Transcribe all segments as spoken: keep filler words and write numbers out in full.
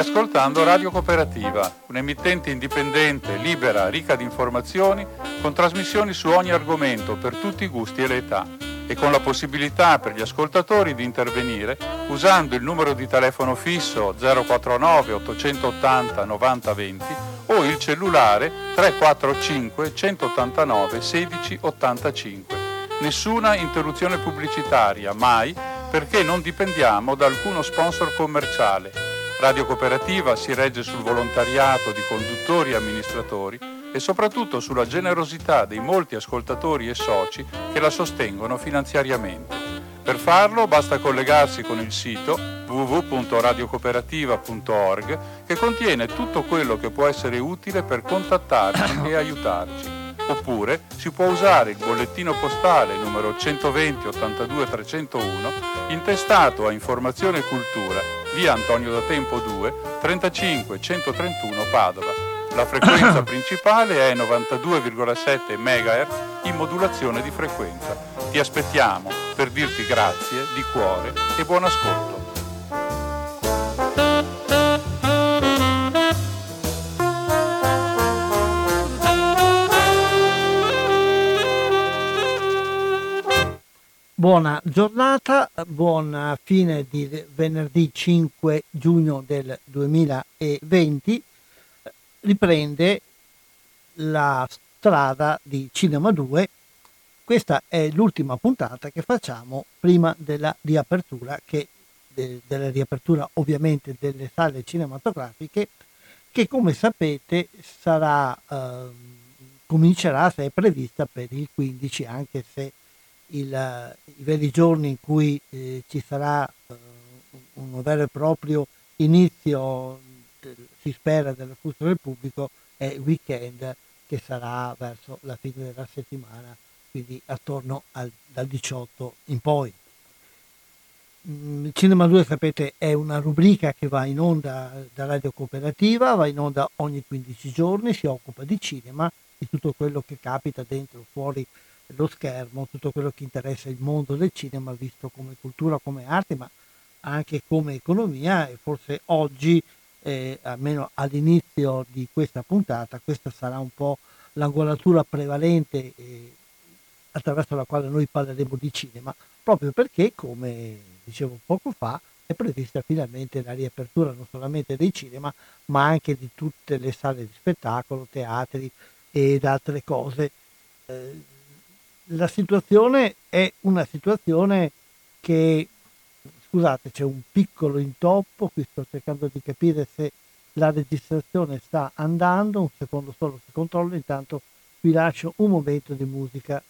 ascoltando Radio Cooperativa, un'emittente indipendente, libera, ricca di informazioni, con trasmissioni su ogni argomento per tutti i gusti e le età, e con la possibilità per gli ascoltatori di intervenire usando il numero di telefono fisso zero quattro nove ottocentottanta novanta venti o il cellulare tre quattro cinque centottantanove sedici ottantacinque. Nessuna interruzione pubblicitaria, mai, perché non dipendiamo da alcuno sponsor commerciale. Radio Cooperativa si regge sul volontariato di conduttori e amministratori e soprattutto sulla generosità dei molti ascoltatori e soci che la sostengono finanziariamente. Per farlo basta collegarsi con il sito w w w punto radiocooperativa punto org, che contiene tutto quello che può essere utile per contattarci e aiutarci. Oppure si può usare il bollettino postale numero centoventi ottantadue trecentouno, intestato a Informazione e Cultura, via Antonio da Tempo due, trentacinque centotrentuno Padova. La frequenza principale è novantadue virgola sette megahertz in modulazione di frequenza. Ti aspettiamo per dirti grazie di cuore e buon ascolto. Buona giornata, buona fine di venerdì cinque giugno del duemilaventi. Riprende la strada di Cinema due. Questa è l'ultima puntata che facciamo prima della riapertura, che de, della riapertura ovviamente delle sale cinematografiche, che come sapete sarà eh, comincerà, se è prevista, per il quindici, anche se il, i veri giorni in cui eh, ci sarà eh, un vero e proprio inizio, si spera, dell'afflusso del pubblico, è il weekend, che sarà verso la fine della settimana, quindi attorno al, dal diciotto in poi. Cinema due, sapete, è una rubrica che va in onda da Radio Cooperativa, va in onda ogni quindici giorni, si occupa di cinema, di tutto quello che capita dentro o fuori lo schermo, tutto quello che interessa il mondo del cinema, visto come cultura, come arte, ma anche come economia. E forse oggi, eh, almeno all'inizio di questa puntata, questa sarà un po' l'angolatura prevalente eh, attraverso la quale noi parleremo di cinema, proprio perché, come dicevo poco fa, è prevista finalmente la riapertura non solamente dei cinema, ma anche di tutte le sale di spettacolo, teatri ed altre cose. Eh, la situazione è una situazione che, scusate, c'è un piccolo intoppo, qui sto cercando di capire se la registrazione sta andando, un secondo solo che controllo, intanto vi lascio un momento di musica.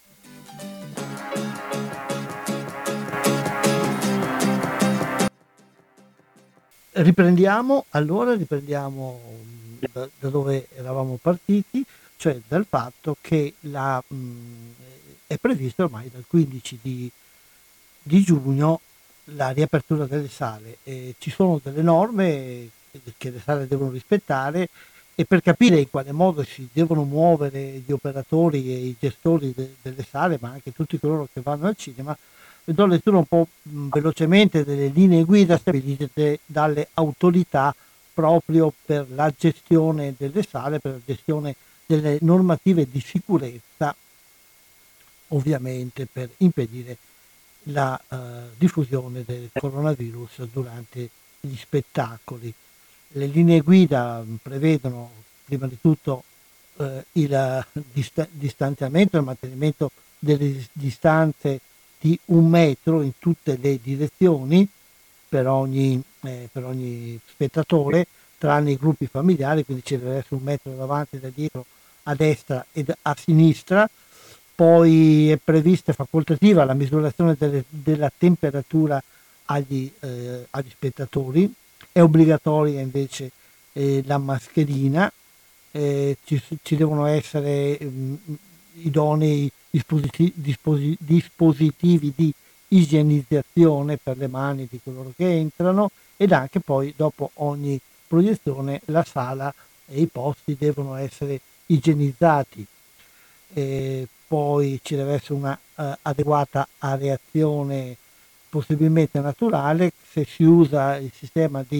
Riprendiamo, allora riprendiamo da, da dove eravamo partiti, cioè dal fatto che la, mh, è previsto ormai dal quindici di, di giugno la riapertura delle sale. E ci sono delle norme che le sale devono rispettare, e per capire in quale modo si devono muovere gli operatori e i gestori de, delle sale, ma anche tutti coloro che vanno al cinema, do lettura un po' mh, velocemente delle linee guida stabilite dalle autorità proprio per la gestione delle sale, per la gestione delle normative di sicurezza, ovviamente per impedire la uh, diffusione del coronavirus durante gli spettacoli. Le linee guida prevedono prima di tutto uh, il dist- distanziamento e il mantenimento delle distanze di un metro in tutte le direzioni per ogni, eh, per ogni spettatore, tranne i gruppi familiari, quindi ci deve essere un metro davanti e da dietro, a destra ed a sinistra. Poi è prevista, facoltativa, la misurazione delle, della temperatura agli, eh, agli spettatori. È obbligatoria invece eh, la mascherina, eh, ci, ci devono essere mh, idonei dispositivi, disposi, dispositivi di igienizzazione per le mani di coloro che entrano, ed anche poi dopo ogni proiezione la sala e i posti devono essere igienizzati. E poi ci deve essere una uh, adeguata areazione, possibilmente naturale. Se si usa il sistema di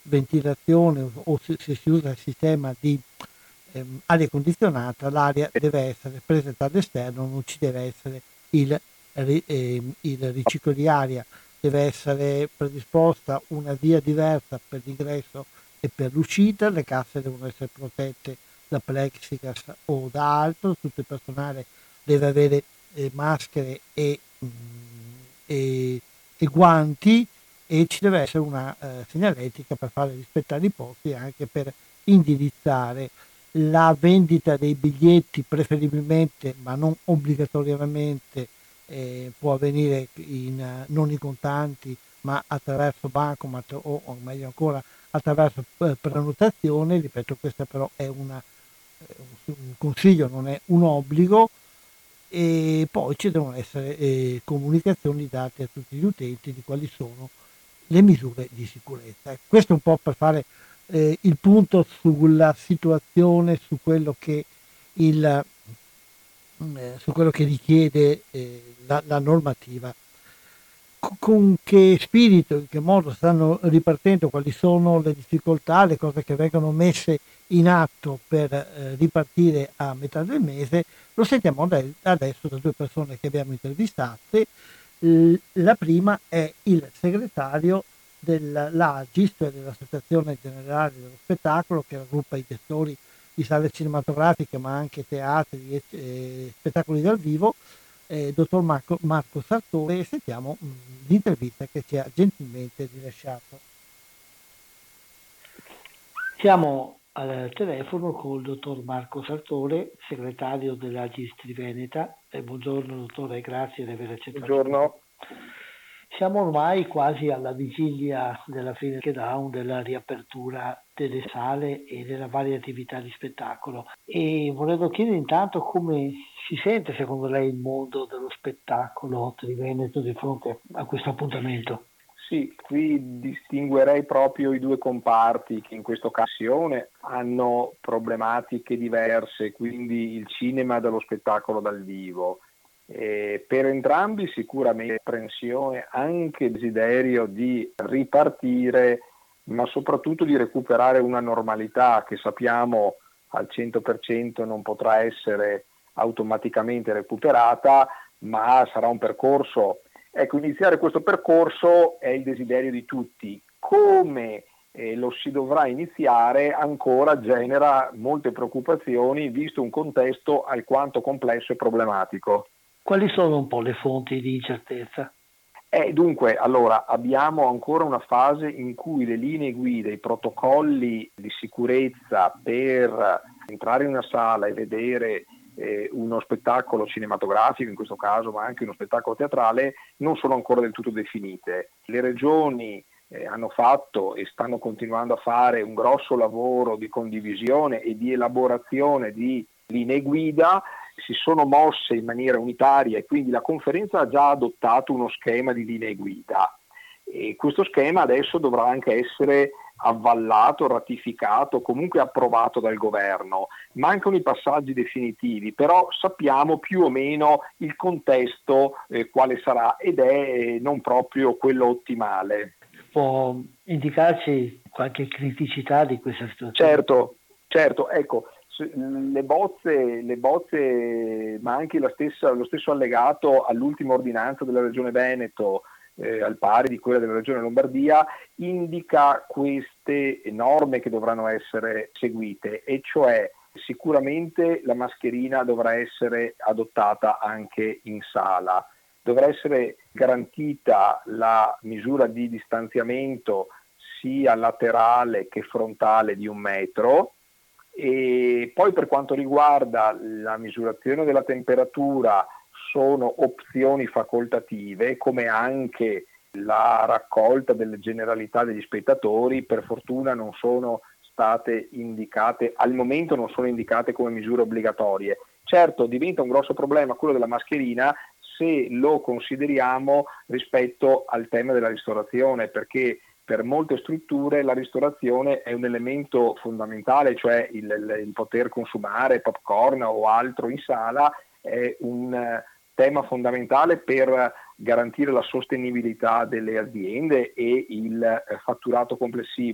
ventilazione o se, se si usa il sistema di ehm, aria condizionata, l'aria deve essere presa dall'esterno, non ci deve essere il, ri- ehm, il riciclo di aria, deve essere predisposta una via diversa per l'ingresso e per l'uscita, le casse devono essere protette da plexiglass o da altro, tutto il personale deve avere eh, maschere e, mm, e, e guanti, e ci deve essere una eh, segnaletica per fare rispettare i posti e anche per indirizzare la vendita dei biglietti, preferibilmente ma non obbligatoriamente, eh, può avvenire in, eh, non in contanti ma attraverso bancomat o, o meglio ancora attraverso eh, prenotazione. Ripeto, questo però è una, eh, un consiglio, non è un obbligo. E poi ci devono essere eh, comunicazioni date a tutti gli utenti di quali sono le misure di sicurezza. Ecco, questo un po' per fare eh, il punto sulla situazione, su quello che, il, eh, su quello che richiede eh, la, la normativa. Co- Con che spirito, in che modo stanno ripartendo, quali sono le difficoltà, le cose che vengono messe in atto per eh, ripartire a metà del mese, lo sentiamo ade- adesso da due persone che abbiamo intervistate. L- La prima è il segretario dell'A G I S, cioè dell'Associazione Generale dello Spettacolo, che raggruppa i gestori di sale cinematografiche ma anche teatri e eh, spettacoli dal vivo, eh, dottor Marco, Marco Sartore, e sentiamo mh, l'intervista che ci ha gentilmente rilasciato. Siamo al telefono col dottor Marco Sartore, segretario dell'A G I S Triveneta. Eh, buongiorno dottore, grazie di aver accettato. Buongiorno. Siamo ormai quasi alla vigilia della fine del lockdown, della riapertura delle sale e della varie attività di spettacolo, e volevo chiedere intanto come si sente secondo lei il mondo dello spettacolo triveneto di fronte a questo appuntamento. Sì, qui distinguerei proprio i due comparti che in questa occasione hanno problematiche diverse, quindi il cinema dallo spettacolo dal vivo. E per entrambi sicuramente apprensione, anche desiderio di ripartire, ma soprattutto di recuperare una normalità che sappiamo al cento per cento non potrà essere automaticamente recuperata, ma sarà un percorso. Ecco, iniziare questo percorso è il desiderio di tutti. Come eh, lo si dovrà iniziare ancora genera molte preoccupazioni, visto un contesto alquanto complesso e problematico. Quali sono un po' le fonti di incertezza? Eh, dunque, allora, abbiamo ancora una fase in cui le linee guida, i protocolli di sicurezza per entrare in una sala e vedere eh, uno spettacolo cinematografico, in questo caso, ma anche uno spettacolo teatrale, non sono ancora del tutto definite. Le regioni eh, hanno fatto e stanno continuando a fare un grosso lavoro di condivisione e di elaborazione di linee guida, si sono mosse in maniera unitaria e quindi la conferenza ha già adottato uno schema di linee guida, e questo schema adesso dovrà anche essere avvallato, ratificato, comunque approvato dal governo. Mancano i passaggi definitivi, però sappiamo più o meno il contesto eh, quale sarà, ed è eh, non proprio quello ottimale. Può indicarci qualche criticità di questa situazione? Certo, certo, ecco. Le bozze, le bozze, ma anche la stessa, lo stesso allegato all'ultima ordinanza della Regione Veneto, eh, al pari di quella della Regione Lombardia, indica queste norme che dovranno essere seguite, e cioè sicuramente la mascherina dovrà essere adottata anche in sala, dovrà essere garantita la misura di distanziamento sia laterale che frontale di un metro. E poi per quanto riguarda la misurazione della temperatura sono opzioni facoltative, come anche la raccolta delle generalità degli spettatori. Per fortuna non sono state indicate, al momento non sono indicate come misure obbligatorie. Certo, diventa un grosso problema quello della mascherina se lo consideriamo rispetto al tema della ristorazione, perché per molte strutture la ristorazione è un elemento fondamentale, cioè il, il, il poter consumare popcorn o altro in sala è un uh, tema fondamentale per garantire la sostenibilità delle aziende e il uh, fatturato complessivo.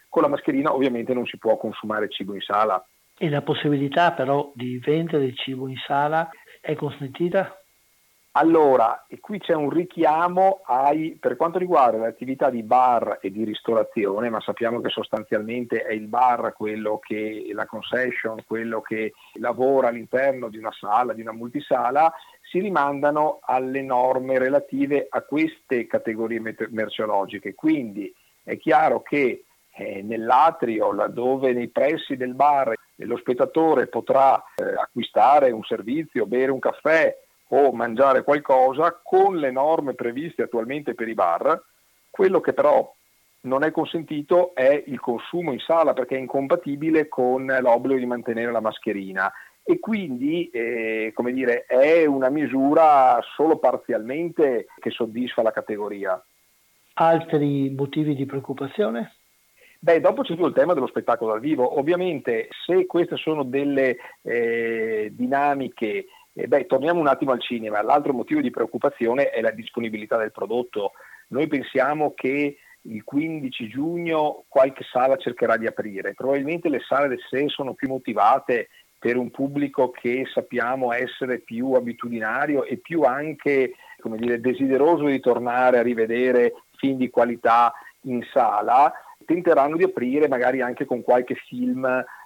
con la mascherina ovviamente non si può consumare cibo in sala. E la possibilità però di vendere il cibo in sala è consentita? Allora, e qui c'è un richiamo ai, per quanto riguarda le attività di bar e di ristorazione, ma sappiamo che sostanzialmente è il bar quello che, la concession, quello che lavora all'interno di una sala, di una multisala, si rimandano alle norme relative a queste categorie merceologiche. Quindi è chiaro che eh, nell'atrio, laddove nei pressi del bar lo spettatore potrà eh, acquistare un servizio, bere un caffè o mangiare qualcosa con le norme previste attualmente per i bar, quello che però non è consentito è il consumo in sala, perché è incompatibile con l'obbligo di mantenere la mascherina e quindi eh, come dire, è una misura solo parzialmente che soddisfa la categoria. Altri motivi di preoccupazione? Beh, dopo c'è tutto il tema dello spettacolo dal vivo. Ovviamente se queste sono delle eh, dinamiche, eh, beh, torniamo un attimo al cinema. L'altro motivo di preoccupazione è la disponibilità del prodotto. Noi pensiamo che il quindici giugno qualche sala cercherà di aprire. Probabilmente le sale del sé sono più motivate per un pubblico che sappiamo essere più abitudinario e più anche, come dire, desideroso di tornare a rivedere film di qualità in sala. Tenteranno di aprire magari anche con qualche film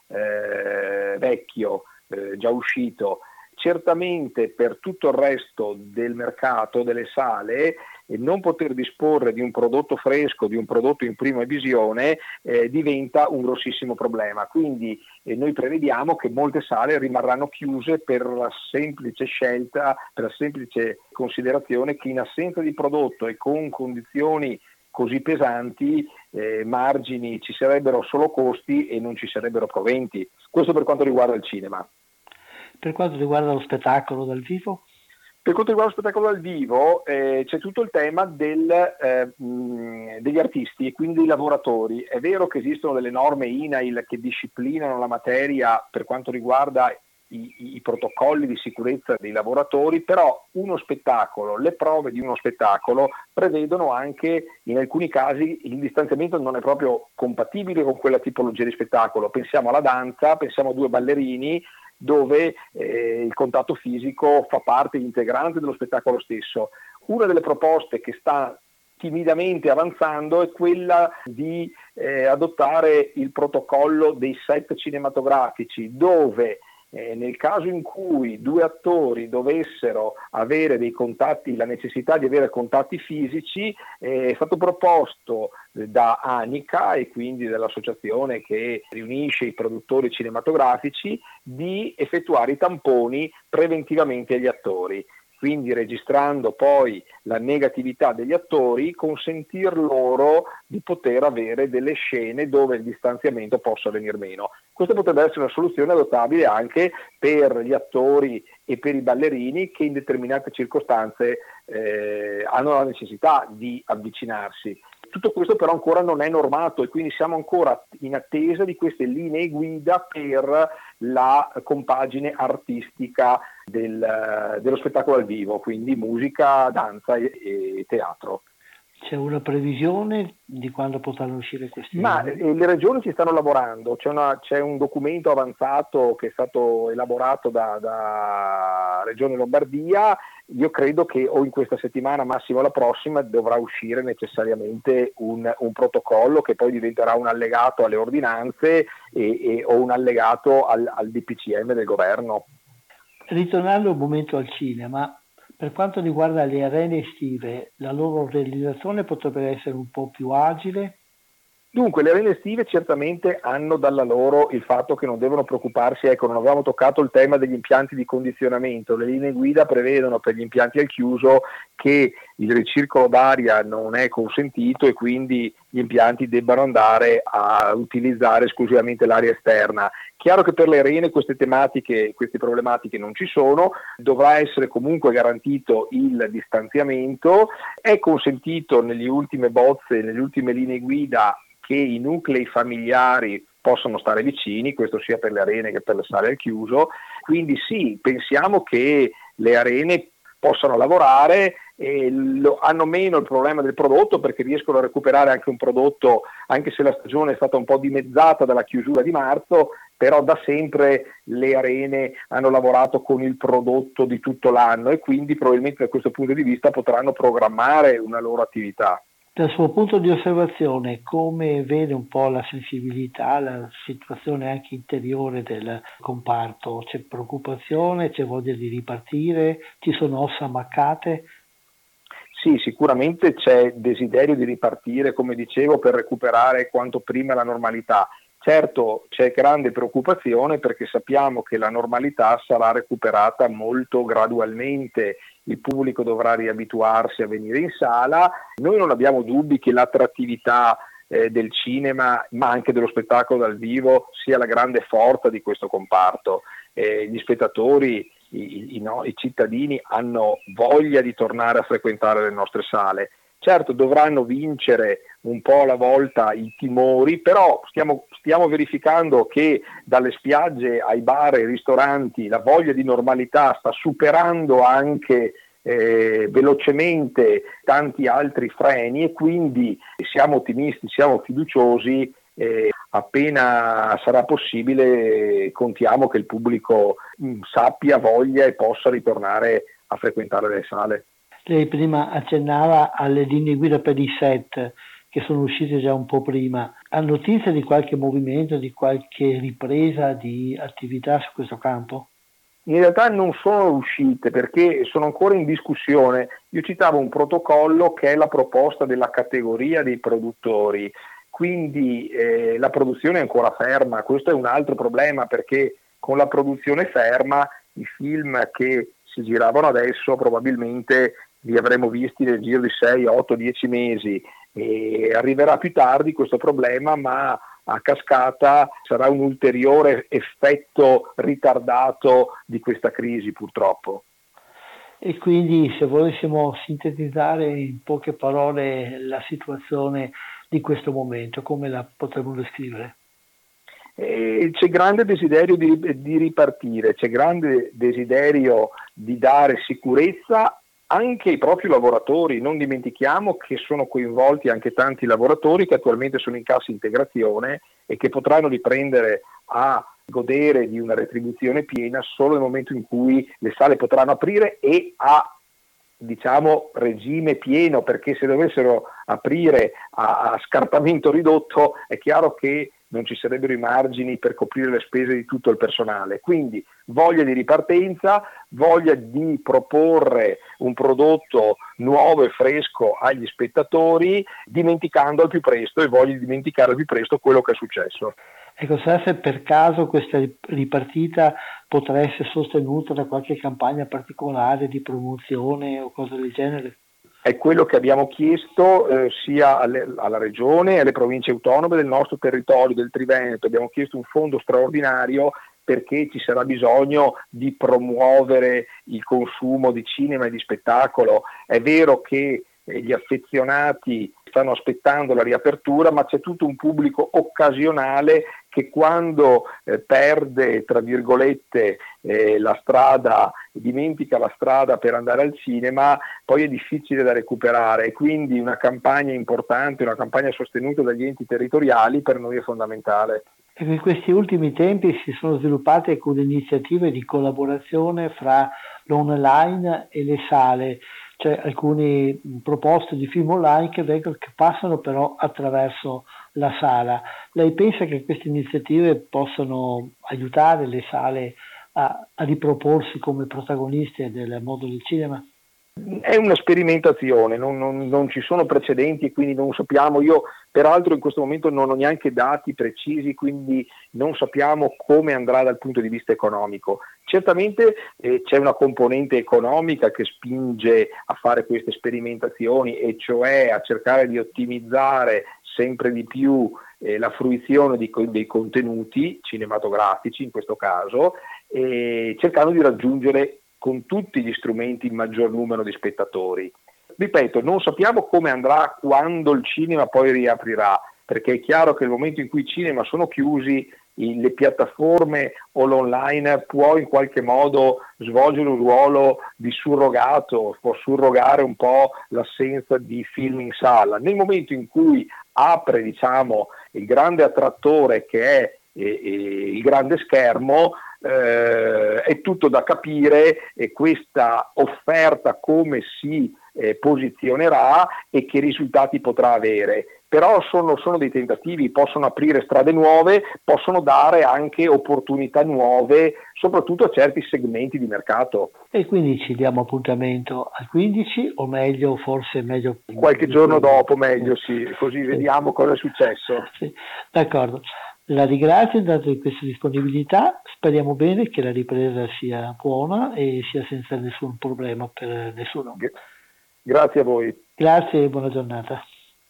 eh, vecchio, eh, già uscito. Certamente per tutto il resto del mercato, delle sale, eh, non poter disporre di un prodotto fresco, di un prodotto in prima visione, eh, diventa un grossissimo problema. Quindi eh, noi prevediamo che molte sale rimarranno chiuse per la semplice scelta, per la semplice considerazione che in assenza di prodotto e con condizioni così pesanti, eh, margini, ci sarebbero solo costi e non ci sarebbero proventi. Questo per quanto riguarda il cinema. Per quanto riguarda lo spettacolo dal vivo? Per quanto riguarda lo spettacolo dal vivo eh, c'è tutto il tema del, eh, mh, degli artisti e quindi dei lavoratori. È vero che esistono delle norme I N A I L che disciplinano la materia per quanto riguarda I, i protocolli di sicurezza dei lavoratori, però uno spettacolo, le prove di uno spettacolo prevedono anche in alcuni casi il distanziamento non è proprio compatibile con quella tipologia di spettacolo. Pensiamo alla danza, pensiamo a due ballerini dove eh, il contatto fisico fa parte integrante dello spettacolo stesso. Una delle proposte che sta timidamente avanzando è quella di eh, adottare il protocollo dei set cinematografici, dove Eh, nel caso in cui due attori dovessero avere dei contatti, la necessità di avere contatti fisici, eh, è stato proposto eh, da ANICA e quindi dall'associazione che riunisce i produttori cinematografici di effettuare i tamponi preventivamente agli attori. Quindi registrando poi la negatività degli attori, consentir loro di poter avere delle scene dove il distanziamento possa venir meno. Questa potrebbe essere una soluzione adottabile anche per gli attori e per i ballerini che in determinate circostanze eh, hanno la necessità di avvicinarsi. Tutto questo però ancora non è normato e quindi siamo ancora in attesa di queste linee guida per la compagine artistica del, dello spettacolo dal vivo, quindi musica, danza e, e teatro. C'è una previsione di quando potranno uscire questi? Ma eh, le regioni ci stanno lavorando, c'è, una, c'è un documento avanzato che è stato elaborato da, da Regione Lombardia. Io credo che o in questa settimana, massimo la prossima, dovrà uscire necessariamente un, un protocollo che poi diventerà un allegato alle ordinanze e, e, o un allegato al, al D P C M del governo. Ritornando un momento al cinema, per quanto riguarda le arene estive, la loro realizzazione potrebbe essere un po' più agile? Dunque, le arene estive certamente hanno dalla loro il fatto che non devono preoccuparsi, ecco, non avevamo toccato il tema degli impianti di condizionamento. Le linee guida prevedono per gli impianti al chiuso che il ricircolo d'aria non è consentito e quindi gli impianti debbano andare a utilizzare esclusivamente l'aria esterna. Chiaro che per le arene queste tematiche, queste problematiche non ci sono, dovrà essere comunque garantito il distanziamento, è consentito nelle ultime bozze, nelle ultime linee guida che i nuclei familiari possono stare vicini, questo sia per le arene che per le sale al chiuso, quindi sì, pensiamo che le arene possano lavorare e lo, hanno meno il problema del prodotto perché riescono a recuperare anche un prodotto, anche se la stagione è stata un po' dimezzata dalla chiusura di marzo, però da sempre le arene hanno lavorato con il prodotto di tutto l'anno e quindi probabilmente da questo punto di vista potranno programmare una loro attività. Dal suo punto di osservazione, come vede un po' la sensibilità, la situazione anche interiore del comparto? C'è preoccupazione, c'è voglia di ripartire, ci sono ossa ammaccate? Sì, sicuramente c'è desiderio di ripartire, come dicevo, per recuperare quanto prima la normalità. Certo c'è grande preoccupazione perché sappiamo che la normalità sarà recuperata molto gradualmente, il pubblico dovrà riabituarsi a venire in sala, noi non abbiamo dubbi che l'attrattività eh, del cinema ma anche dello spettacolo dal vivo sia la grande forza di questo comparto. Eh, gli spettatori, i, i, no, i cittadini hanno voglia di tornare a frequentare le nostre sale. Certo dovranno vincere un po' alla volta i timori, però stiamo, stiamo verificando che dalle spiagge ai bar e ai ristoranti la voglia di normalità sta superando anche eh, velocemente tanti altri freni e quindi siamo ottimisti, siamo fiduciosi. Eh, appena sarà possibile contiamo che il pubblico mh, sappia, voglia e possa ritornare a frequentare le sale. Lei prima accennava alle linee guida per i set che sono uscite già un po' prima. Ha notizia di qualche movimento, di qualche ripresa di attività su questo campo? In realtà non sono uscite perché sono ancora in discussione. Io citavo un protocollo che è la proposta della categoria dei produttori, quindi eh, la produzione è ancora ferma. Questo è un altro problema perché con la produzione ferma i film che si giravano adesso probabilmente li avremo visti nel giro di sei, otto, dieci mesi e arriverà più tardi questo problema, ma a cascata sarà un ulteriore effetto ritardato di questa crisi purtroppo. E quindi se volessimo sintetizzare in poche parole la situazione di questo momento, come la potremmo descrivere? E c'è grande desiderio di, di ripartire, c'è grande desiderio di dare sicurezza anche ai propri lavoratori. Non dimentichiamo che sono coinvolti anche tanti lavoratori che attualmente sono in cassa integrazione e che potranno riprendere a godere di una retribuzione piena solo nel momento in cui le sale potranno aprire e a diciamo regime pieno, perché se dovessero aprire a, a scartamento ridotto è chiaro che non ci sarebbero i margini per coprire le spese di tutto il personale. Quindi voglia di ripartenza, voglia di proporre un prodotto nuovo e fresco agli spettatori, dimenticando al più presto e voglia di dimenticare al più presto quello che è successo. Ecco, se per caso questa ripartita potrà essere sostenuta da qualche campagna particolare di promozione o cose del genere? È quello che abbiamo chiesto eh, sia alle, alla Regione e alle province autonome del nostro territorio, del Triveneto. Abbiamo chiesto un fondo straordinario perché ci sarà bisogno di promuovere il consumo di cinema e di spettacolo. È vero che eh, gli affezionati stanno aspettando la riapertura, ma c'è tutto un pubblico occasionale che quando eh, perde, tra virgolette, eh, la strada, dimentica la strada per andare al cinema, poi è difficile da recuperare e quindi una campagna importante, una campagna sostenuta dagli enti territoriali per noi è fondamentale. E in questi ultimi tempi si sono sviluppate alcune iniziative di collaborazione fra l'online e le sale, cioè alcune proposte di film online che, vengono, che passano però attraverso la sala. Lei pensa che queste iniziative possano aiutare le sale a, a riproporsi come protagoniste del mondo del cinema? È una sperimentazione, non, non, non ci sono precedenti e quindi non sappiamo. Io peraltro in questo momento non ho neanche dati precisi, quindi non sappiamo come andrà dal punto di vista economico. Certamente eh, c'è una componente economica che spinge a fare queste sperimentazioni, e cioè a cercare di ottimizzare sempre di più eh, la fruizione di, dei contenuti cinematografici in questo caso, e cercando di raggiungere con tutti gli strumenti il maggior numero di spettatori. Ripeto, non sappiamo come andrà quando il cinema poi riaprirà, perché è chiaro che nel momento in cui i cinema sono chiusi i, le piattaforme o l'online può in qualche modo svolgere un ruolo di surrogato, può surrogare un po' l'assenza di film in sala. Nel momento in cui apre, diciamo, il grande attrattore che è eh, eh, il grande schermo, eh, è tutto da capire, e questa offerta come si eh, posizionerà e che risultati potrà avere. Però sono, sono dei tentativi, possono aprire strade nuove, possono dare anche opportunità nuove, soprattutto a certi segmenti di mercato. E quindi ci diamo appuntamento al quindici, o meglio, forse meglio... Qualche giorno dopo, meglio, sì, così sì. Vediamo cosa è successo. Sì. D'accordo. La ringrazio intanto di questa disponibilità, speriamo bene che la ripresa sia buona e sia senza nessun problema per nessuno. Grazie a voi. Grazie e buona giornata.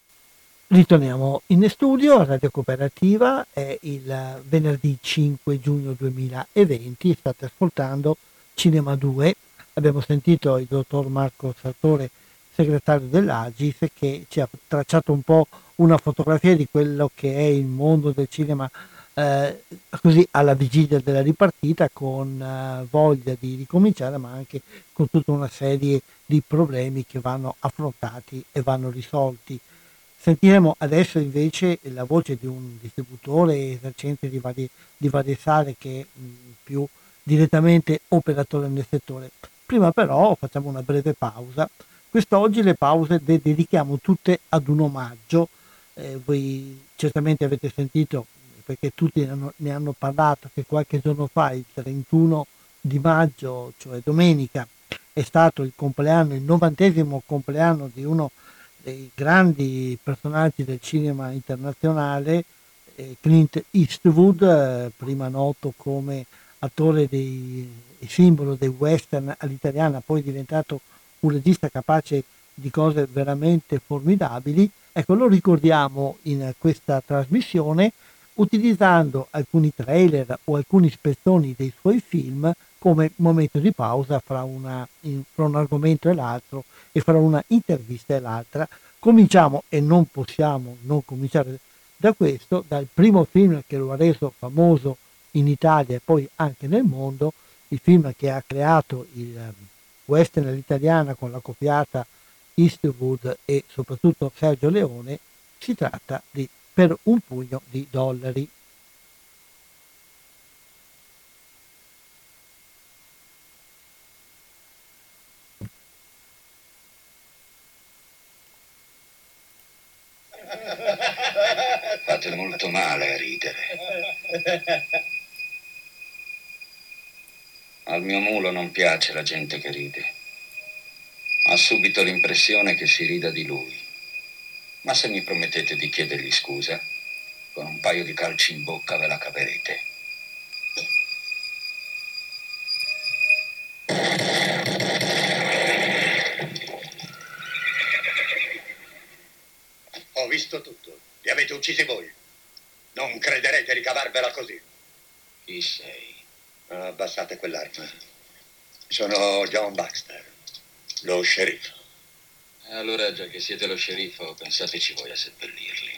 Ritorniamo in studio a Radio Cooperativa, è il venerdì cinque giugno duemilaventi, state ascoltando Cinema due, abbiamo sentito il dottor Marco Sartore, segretario dell'Agis, che ci ha tracciato un po' una fotografia di quello che è il mondo del cinema eh, così alla vigilia della ripartita, con eh, voglia di ricominciare, ma anche con tutta una serie di problemi che vanno affrontati e vanno risolti. Sentiremo adesso invece la voce di un distributore esercente di varie, di varie sale che è mh, più direttamente operatore nel settore. Prima però facciamo una breve pausa. Quest'oggi le pause le dedichiamo tutte ad un omaggio. Eh, voi certamente avete sentito, perché tutti ne hanno, ne hanno parlato, che qualche giorno fa, il trentuno di maggio, cioè domenica, è stato il compleanno, il novantesimo compleanno di uno dei grandi personaggi del cinema internazionale, eh, Clint Eastwood, eh, prima noto come attore dei simbolo dei western all'italiana, poi diventato un regista capace di cose veramente formidabili. Ecco, lo ricordiamo in questa trasmissione utilizzando alcuni trailer o alcuni spezzoni dei suoi film come momento di pausa fra, una, in, fra un argomento e l'altro e fra una intervista e l'altra. Cominciamo, e non possiamo non cominciare da questo, dal primo film che lo ha reso famoso in Italia e poi anche nel mondo, il film che ha creato il western all'italiana con la coppiata Eastwood e soprattutto Sergio Leone. Si tratta di Per un pugno di dollari. Fate molto male a ridere. Al mio mulo non piace la gente che ride. Ha subito l'impressione che si rida di lui. Ma se mi promettete di chiedergli scusa, con un paio di calci in bocca ve la caverete. Ho visto tutto. Li avete uccisi voi. Non crederete di cavarvela così. Chi sei? Abbassate quell'arma. Sono John Baxter, lo sceriffo. Allora, già che siete lo sceriffo, pensateci voi a seppellirli.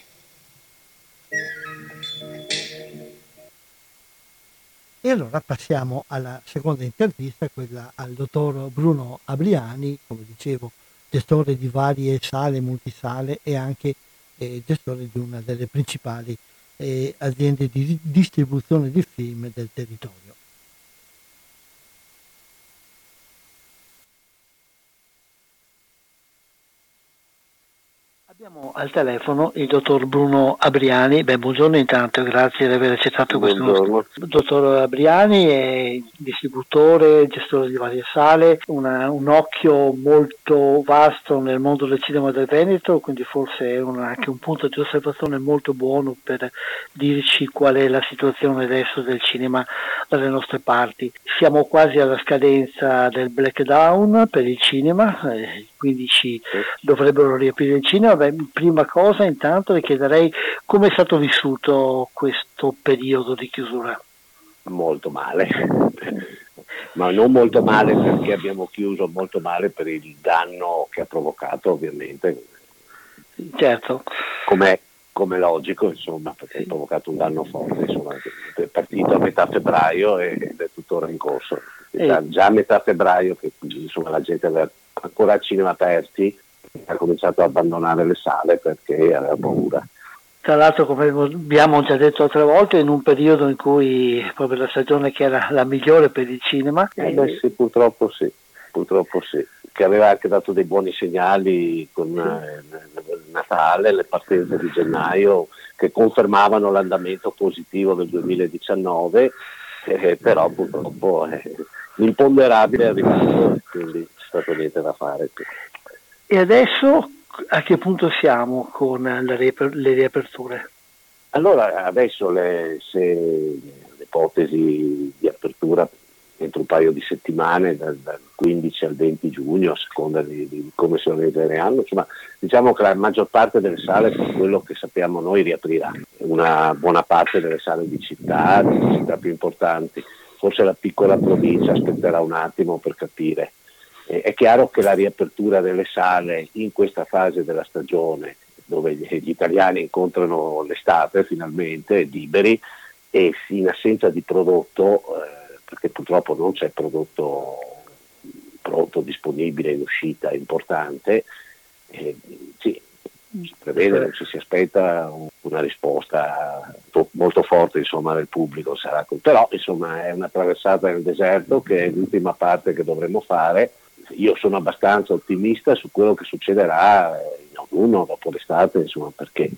E allora passiamo alla seconda intervista, quella al dottor Bruno Abriani, come dicevo, gestore di varie sale, multisale e anche eh, gestore di una delle principali eh, aziende di distribuzione di film del territorio. Abbiamo al telefono il dottor Bruno Abriani. Beh, buongiorno intanto, grazie di aver accettato questo nostro. Dottor Abriani è distributore, gestore di varie sale, una, un occhio molto vasto nel mondo del cinema del Veneto, quindi forse è un, anche un punto di osservazione molto buono per dirci qual è la situazione adesso del cinema dalle nostre parti. Siamo quasi alla scadenza del Blackdown per il cinema, eh, il quindici dovrebbero riaprire il cinema. Beh, prima cosa intanto le chiederei come è stato vissuto questo periodo di chiusura. Molto male, ma non molto male perché abbiamo chiuso, molto male per il danno che ha provocato, ovviamente. Certo. Come, come logico, insomma, perché ha provocato un danno forte, insomma, è partito a metà febbraio ed è tuttora in corso. Già, già a metà febbraio che insomma, la gente aveva ancora cinema aperti ha cominciato ad abbandonare le sale perché aveva paura. Tra l'altro, come abbiamo già detto altre volte, in un periodo in cui proprio la stagione che era la migliore per il cinema. Eh beh sì, purtroppo sì, purtroppo sì, che aveva anche dato dei buoni segnali con sì. eh, Natale, le partenze di gennaio che confermavano l'andamento positivo del duemiladiciannove, eh, però purtroppo eh, l'imponderabile è arrivato e quindi c'è stato niente da fare. E adesso a che punto siamo con le, riaper- le riaperture? Allora adesso le, se l'ipotesi di apertura entro un paio di settimane, dal, dal quindici al venti giugno, a seconda di, di come si organizzeranno, insomma diciamo che la maggior parte delle sale, per quello che sappiamo noi, riaprirà. Una buona parte delle sale di città, delle città più importanti, forse la piccola provincia aspetterà un attimo per capire. Eh, è chiaro che la riapertura delle sale in questa fase della stagione, dove gli italiani incontrano l'estate finalmente, liberi e in assenza di prodotto, eh, perché purtroppo non c'è prodotto pronto, disponibile in uscita importante, eh, sì, si prevede, non ci si aspetta una risposta molto forte insomma del pubblico, sarà, però insomma è una traversata nel deserto che è l'ultima parte che dovremo fare. Io sono abbastanza ottimista su quello che succederà in autunno, dopo l'estate, insomma, perché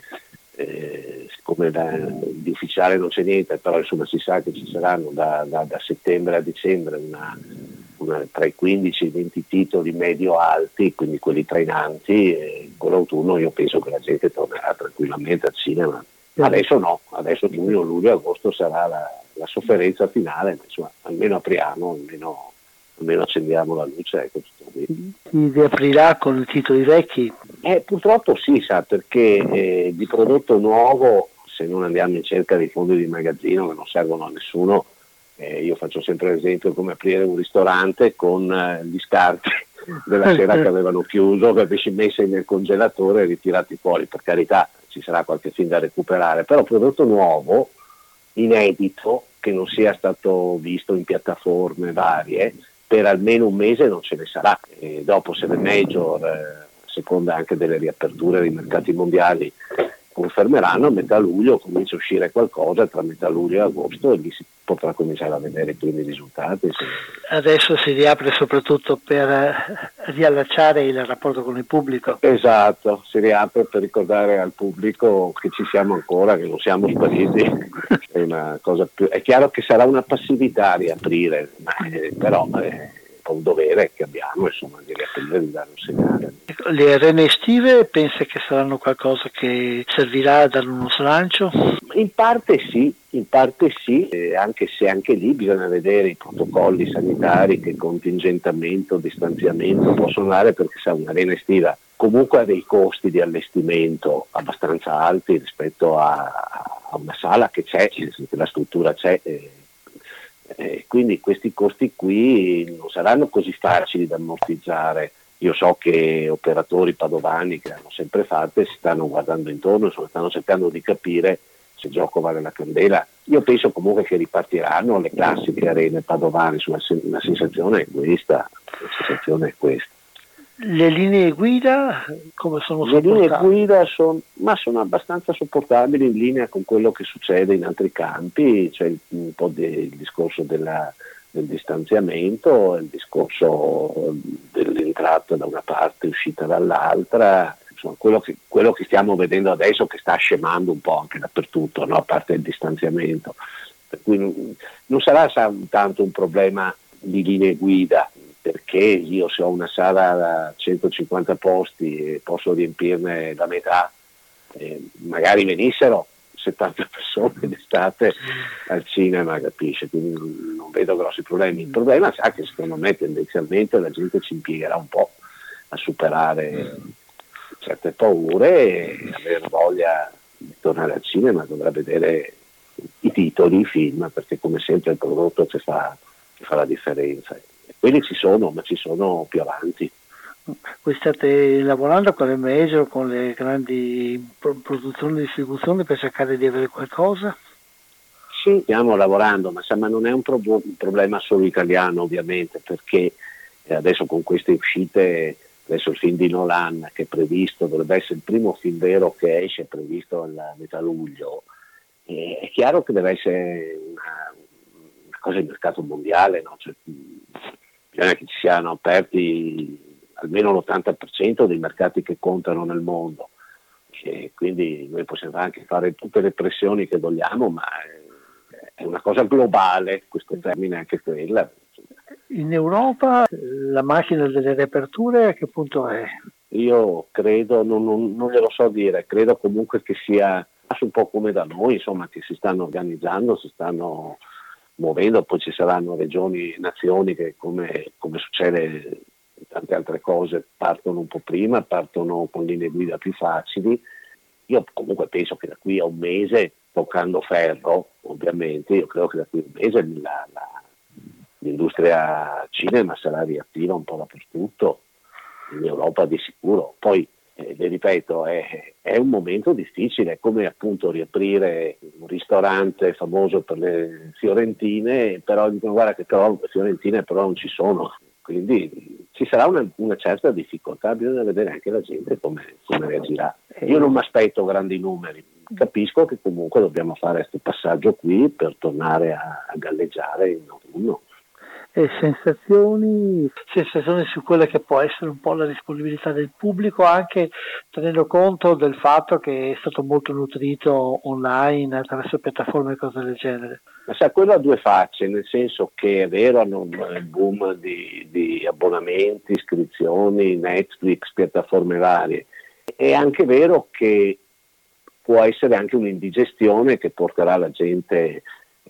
eh, siccome da, di ufficiale non c'è niente, però insomma si sa che ci saranno da, da, da settembre a dicembre una, una, tra i quindici e i venti titoli medio-alti, quindi quelli trainanti, e con l'autunno io penso che la gente tornerà tranquillamente al cinema. Adesso no, adesso giugno, luglio, agosto sarà la, la sofferenza finale, ma insomma almeno apriamo, almeno... almeno accendiamo la luce, ecco, tutto qui. Si riaprirà con i titoli vecchi? Eh, purtroppo sì, sa, perché eh, di prodotto nuovo, se non andiamo in cerca dei fondi di magazzino che non servono a nessuno, eh, io faccio sempre l'esempio come aprire un ristorante con eh, gli scarti della sera che avevano chiuso, che avessi messi nel congelatore e ritirati fuori. Per carità, ci sarà qualche film da recuperare, però prodotto nuovo, inedito, che non sia stato visto in piattaforme varie, per almeno un mese non ce ne sarà. E dopo, se le major, eh, a seconda anche delle riaperture dei mercati mondiali, confermeranno, a metà luglio comincia a uscire qualcosa, tra metà luglio e agosto, e lì si potrà cominciare a vedere i primi risultati. Adesso si riapre soprattutto per riallacciare il rapporto con il pubblico. Esatto, si riapre per ricordare al pubblico che ci siamo ancora, che non siamo spariti. È una cosa più... È chiaro che sarà una passività riaprire, ma eh, però è un dovere che abbiamo, insomma, di riaprire, di dare un segnale. Le arene estive pensa che saranno qualcosa che servirà a dare uno slancio? In parte sì, in parte sì, eh, anche se anche lì bisogna vedere i protocolli sanitari, che contingentamento, distanziamento possono dare, perché sa, un'arena estiva comunque ha dei costi di allestimento abbastanza alti rispetto a, a una sala che c'è, che la struttura c'è, eh, eh, quindi questi costi qui non saranno così facili da ammortizzare. Io so che operatori padovani che hanno sempre fatte si stanno guardando intorno, insomma, stanno cercando di capire se il gioco vale la candela. Io penso comunque che ripartiranno le classiche arene padovane, insomma, la sensazione è questa, la sensazione è questa. Le linee guida come sono Le sopportabili? linee guida son, ma sono abbastanza sopportabili, in linea con quello che succede in altri campi, c'è il, un po' del discorso della, del distanziamento, il discorso dell'entrata da una parte, uscita dall'altra, insomma, quello che, quello che stiamo vedendo adesso, che sta scemando un po' anche dappertutto, no? A parte il distanziamento, per cui non, non sarà tanto un problema di linee guida, perché io se ho una sala da centocinquanta posti e posso riempirne la metà, eh, magari venissero settanta persone d'estate al cinema, capisce? Quindi non vedo grossi problemi. Il problema è che secondo me tendenzialmente la gente ci impiegherà un po' a superare certe paure e avere voglia di tornare al cinema, dovrà vedere i titoli, i film, perché come sempre il prodotto che fa, che fa la differenza. E quelli ci sono, ma ci sono più avanti. Voi state lavorando con le major, con le grandi produzioni di distribuzione per cercare di avere qualcosa? Sì, stiamo lavorando, ma, ma non è un, pro- un problema solo italiano ovviamente, perché adesso con queste uscite, adesso il film di Nolan che è previsto, dovrebbe essere il primo film vero che esce, previsto a metà luglio, e è chiaro che deve essere una, una cosa di mercato mondiale, no? Cioè, bisogna che ci siano aperti almeno l'ottanta per cento dei mercati che contano nel mondo, e quindi noi possiamo anche fare tutte le pressioni che vogliamo, ma è una cosa globale, questo termine è anche quella. In Europa la macchina delle riaperture a che punto è? Io credo, non, non, non glielo so dire, credo comunque che sia un po' come da noi, insomma, che si stanno organizzando, si stanno muovendo, poi ci saranno regioni, nazioni che come, come succede in tante altre cose partono un po' prima, partono con linee guida più facili. Io comunque penso che da qui a un mese, toccando ferro ovviamente, io credo che da qui a un mese la, la, l'industria cinema sarà riattiva un po' dappertutto, in Europa di sicuro. Poi eh, le ripeto, è, è un momento difficile, è come appunto riaprire un ristorante famoso per le fiorentine, però dicono guarda che però le fiorentine però non ci sono, quindi ci sarà una, una certa difficoltà, bisogna vedere anche la gente come, come reagirà. Io non mi aspetto grandi numeri, capisco che comunque dobbiamo fare questo passaggio qui per tornare a, a galleggiare in autunno. E sensazioni, sensazioni su quella che può essere un po' la disponibilità del pubblico, anche tenendo conto del fatto che è stato molto nutrito online attraverso piattaforme e cose del genere. Ma sa, quello ha due facce, nel senso che è vero, hanno un boom di, di abbonamenti, iscrizioni, Netflix, piattaforme varie. È anche vero che può essere anche un'indigestione che porterà la gente,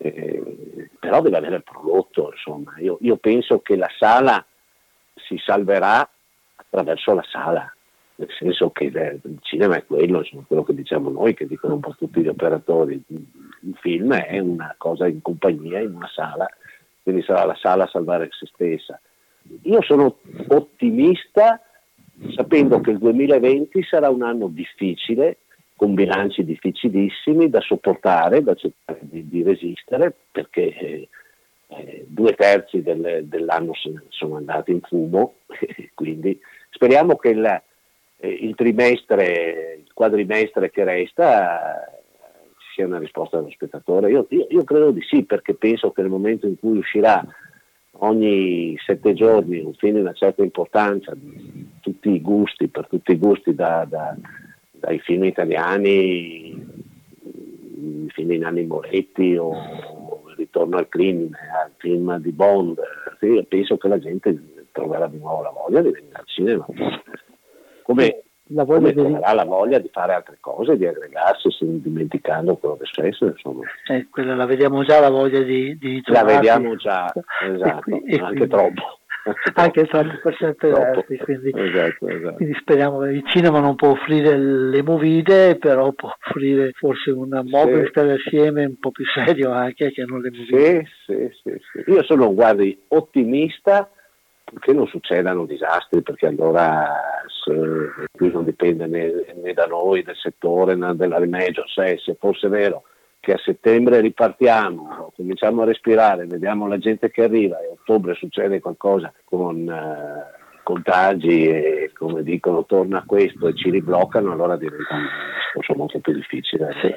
eh, però deve avere il prodotto, insomma. Io, io penso che la sala si salverà attraverso la sala, nel senso che il cinema è quello, insomma, quello che diciamo noi, che dicono un po' tutti gli operatori. Il film è una cosa in compagnia, in una sala, quindi sarà la sala a salvare se stessa. Io sono ottimista, sapendo che il duemilaventi sarà un anno difficile, con bilanci difficilissimi da sopportare, da cercare di, di resistere, perché eh, eh, due terzi del, dell'anno sono andati in fumo, quindi speriamo che il, eh, il trimestre, il quadrimestre che resta eh, ci sia una risposta dello spettatore. Io, io, io credo di sì, perché penso che nel momento in cui uscirà ogni sette giorni un film di una certa importanza, di tutti i gusti, per tutti i gusti, da, da dai film italiani, i film di Nanni Moretti o Il ritorno al crimine, al film di Bond, sì, penso che la gente troverà di nuovo la voglia di venire al cinema, come, la come troverà la voglia di fare altre cose, di aggregarsi dimenticando quello che è successo, insomma. Eh, quella la vediamo già, la voglia di, di la vediamo già, esatto, e qui, e anche quindi, troppo. Anche troppo per certi versi, quindi, esatto, esatto. quindi speriamo che il cinema non può offrire le movide, però può offrire forse un modo sì. di stare assieme un po' più serio anche che non le movide. Sì, sì, sì, sì. Io sono, guardi, ottimista che non succedano disastri, perché allora se, qui non dipende né, né da noi, del settore, né della rimedio, se, se fosse vero che a settembre ripartiamo, cominciamo a respirare, vediamo la gente che arriva e a ottobre succede qualcosa con eh, contagi e come dicono torna questo e ci ribloccano, allora diventa un discorso molto più difficile. Sì.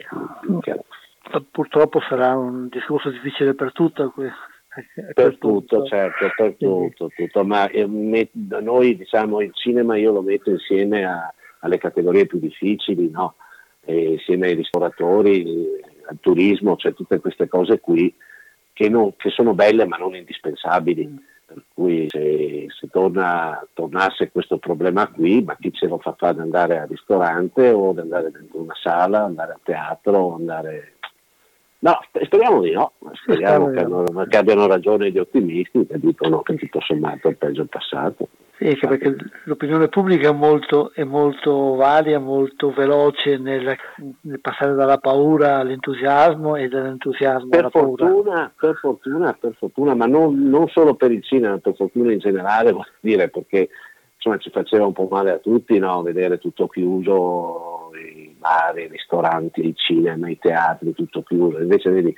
Purtroppo sarà un discorso difficile per tutto. Per, per tutto, tutto, certo, per tutto, tutto. Ma eh, met, noi diciamo il cinema io lo metto insieme a, alle categorie più difficili, no? E insieme ai ristoratori, al turismo, cioè tutte queste cose qui che, non, che sono belle ma non indispensabili, per cui se, se torna, tornasse questo problema qui, ma chi ce lo fa fare ad andare al ristorante o ad andare dentro una sala, andare a teatro, andare... No, speriamo di no, speriamo che, hanno, che abbiano ragione gli ottimisti che dicono che tutto sommato il peggio è passato. Sì, perché l'opinione pubblica è molto, è molto varia, molto veloce nel, nel passare dalla paura all'entusiasmo e dall'entusiasmo per alla fortuna, paura. Per fortuna, per fortuna, ma non, non solo per il cinema, per fortuna in generale, voglio dire, perché insomma ci faceva un po' male a tutti, no? Vedere tutto chiuso, i bar, i ristoranti, i cinema, i teatri, tutto chiuso. Invece vedi che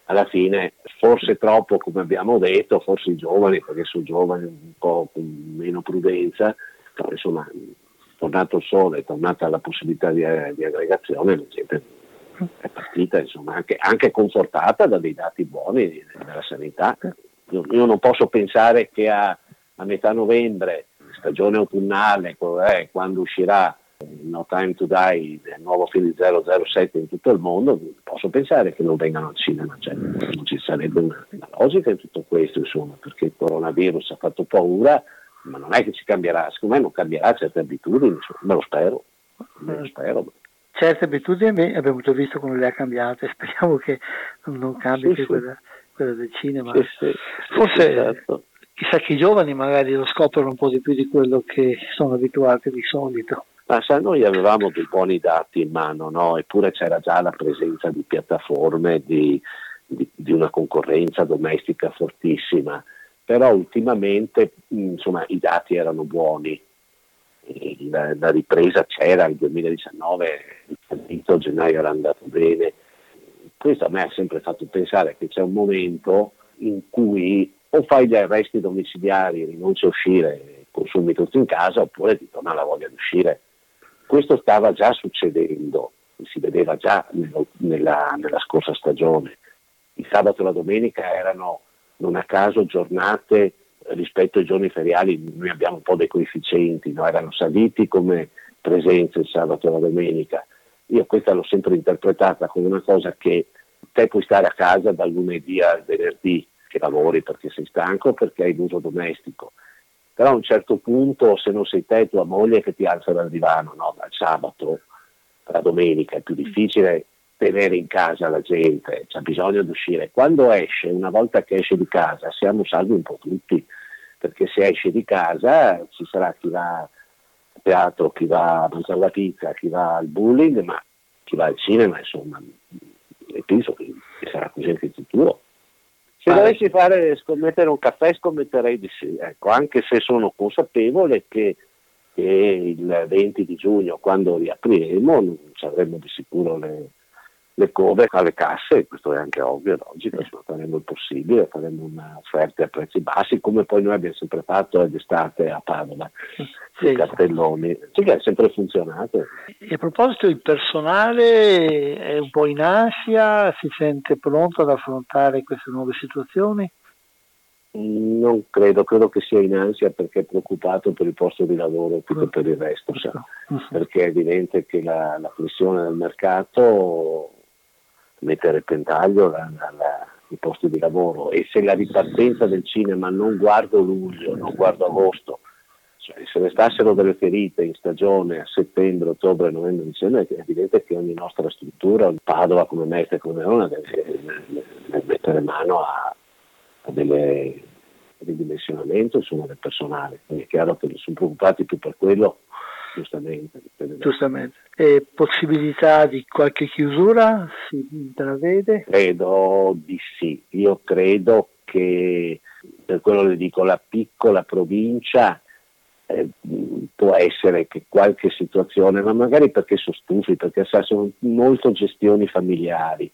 alla fine forse troppo, come abbiamo detto, forse i giovani, perché sono giovani un po' con meno prudenza, però insomma tornato il sole, è tornata la possibilità di, di aggregazione, la gente è partita insomma anche, anche confortata da dei dati buoni della sanità. Io, io non posso pensare che a, a metà novembre, stagione autunnale, eh, quando uscirà No Time to Die, il nuovo film di zero zero sette in tutto il mondo, posso pensare che non vengano al cinema, cioè, non ci sarebbe una, una logica in tutto questo, insomma, perché il coronavirus ha fatto paura, ma non è che ci cambierà, secondo me non cambierà certe abitudini, insomma, me lo spero, me lo spero. Certe abitudini abbiamo già visto come le ha cambiate, speriamo che non cambi sì, che sì. Quella, quella del cinema. Sì, sì, Forse sì, certo. Chissà che i giovani magari lo scoprono un po' di più di quello che sono abituati di solito. Ma sa, noi avevamo dei buoni dati in mano, no? Eppure c'era già la presenza di piattaforme, di, di, di una concorrenza domestica fortissima, però ultimamente insomma i dati erano buoni, la, la ripresa c'era, il duemiladiciannove, il gennaio era andato bene. Questo a me ha sempre fatto pensare che c'è un momento in cui o fai gli arresti domiciliari, rinunci a uscire, consumi tutto in casa, oppure ti torna la voglia di uscire. Questo stava già succedendo, si vedeva già nella, nella scorsa stagione. Il sabato e la domenica erano non a caso giornate rispetto ai giorni feriali, noi abbiamo un po' dei coefficienti, no? Erano saliti come presenze il sabato e la domenica. Io questa l'ho sempre interpretata come una cosa che te puoi stare a casa dal lunedì al venerdì, che lavori perché sei stanco, perché hai l'uso domestico. Però a un certo punto, se non sei te, tua moglie che ti alza dal divano, no? Dal sabato alla domenica è più difficile tenere in casa la gente, c'è bisogno di uscire. Quando esce, una volta che esce di casa, siamo salvi un po' tutti, perché se esce di casa ci sarà chi va a teatro, chi va a mangiare la pizza, chi va al bowling, ma chi va al cinema, insomma, e penso che sarà così anche in futuro. Se dovessi fare scommettere un caffè, scommetterei di sì, ecco, anche se sono consapevole che, che il venti di giugno, quando riapriremo, non ci avremo di sicuro le, le code alle casse, questo è anche ovvio, logico, insomma, faremo il possibile, faremo una offerta a prezzi bassi, come poi noi abbiamo sempre fatto d'estate a Padova, sì, i cartelloni, sì, che ha sempre funzionato. E a proposito, il personale è un po' in ansia, si sente pronto ad affrontare queste nuove situazioni? Non credo, credo che sia in ansia perché è preoccupato per il posto di lavoro più che per il resto, sa? Perché è evidente che la, la flessione del mercato mette a repentaglio la, la, la, i posti di lavoro, e se la ripartenza del cinema, non guardo luglio, non guardo agosto, cioè, se restassero delle ferite in stagione a settembre, ottobre, novembre, dicembre, è evidente che ogni nostra struttura, Padova come Mestre, come Verona, deve, deve mettere mano a, a delle ridimensionamento insomma del personale, quindi è chiaro che sono preoccupati più per quello, giustamente. Giustamente. E possibilità di qualche chiusura si intravede? Credo di sì, io credo che, per quello le dico, la piccola provincia eh, può essere che qualche situazione, ma magari perché sono stufi, perché sa, sono molto gestioni familiari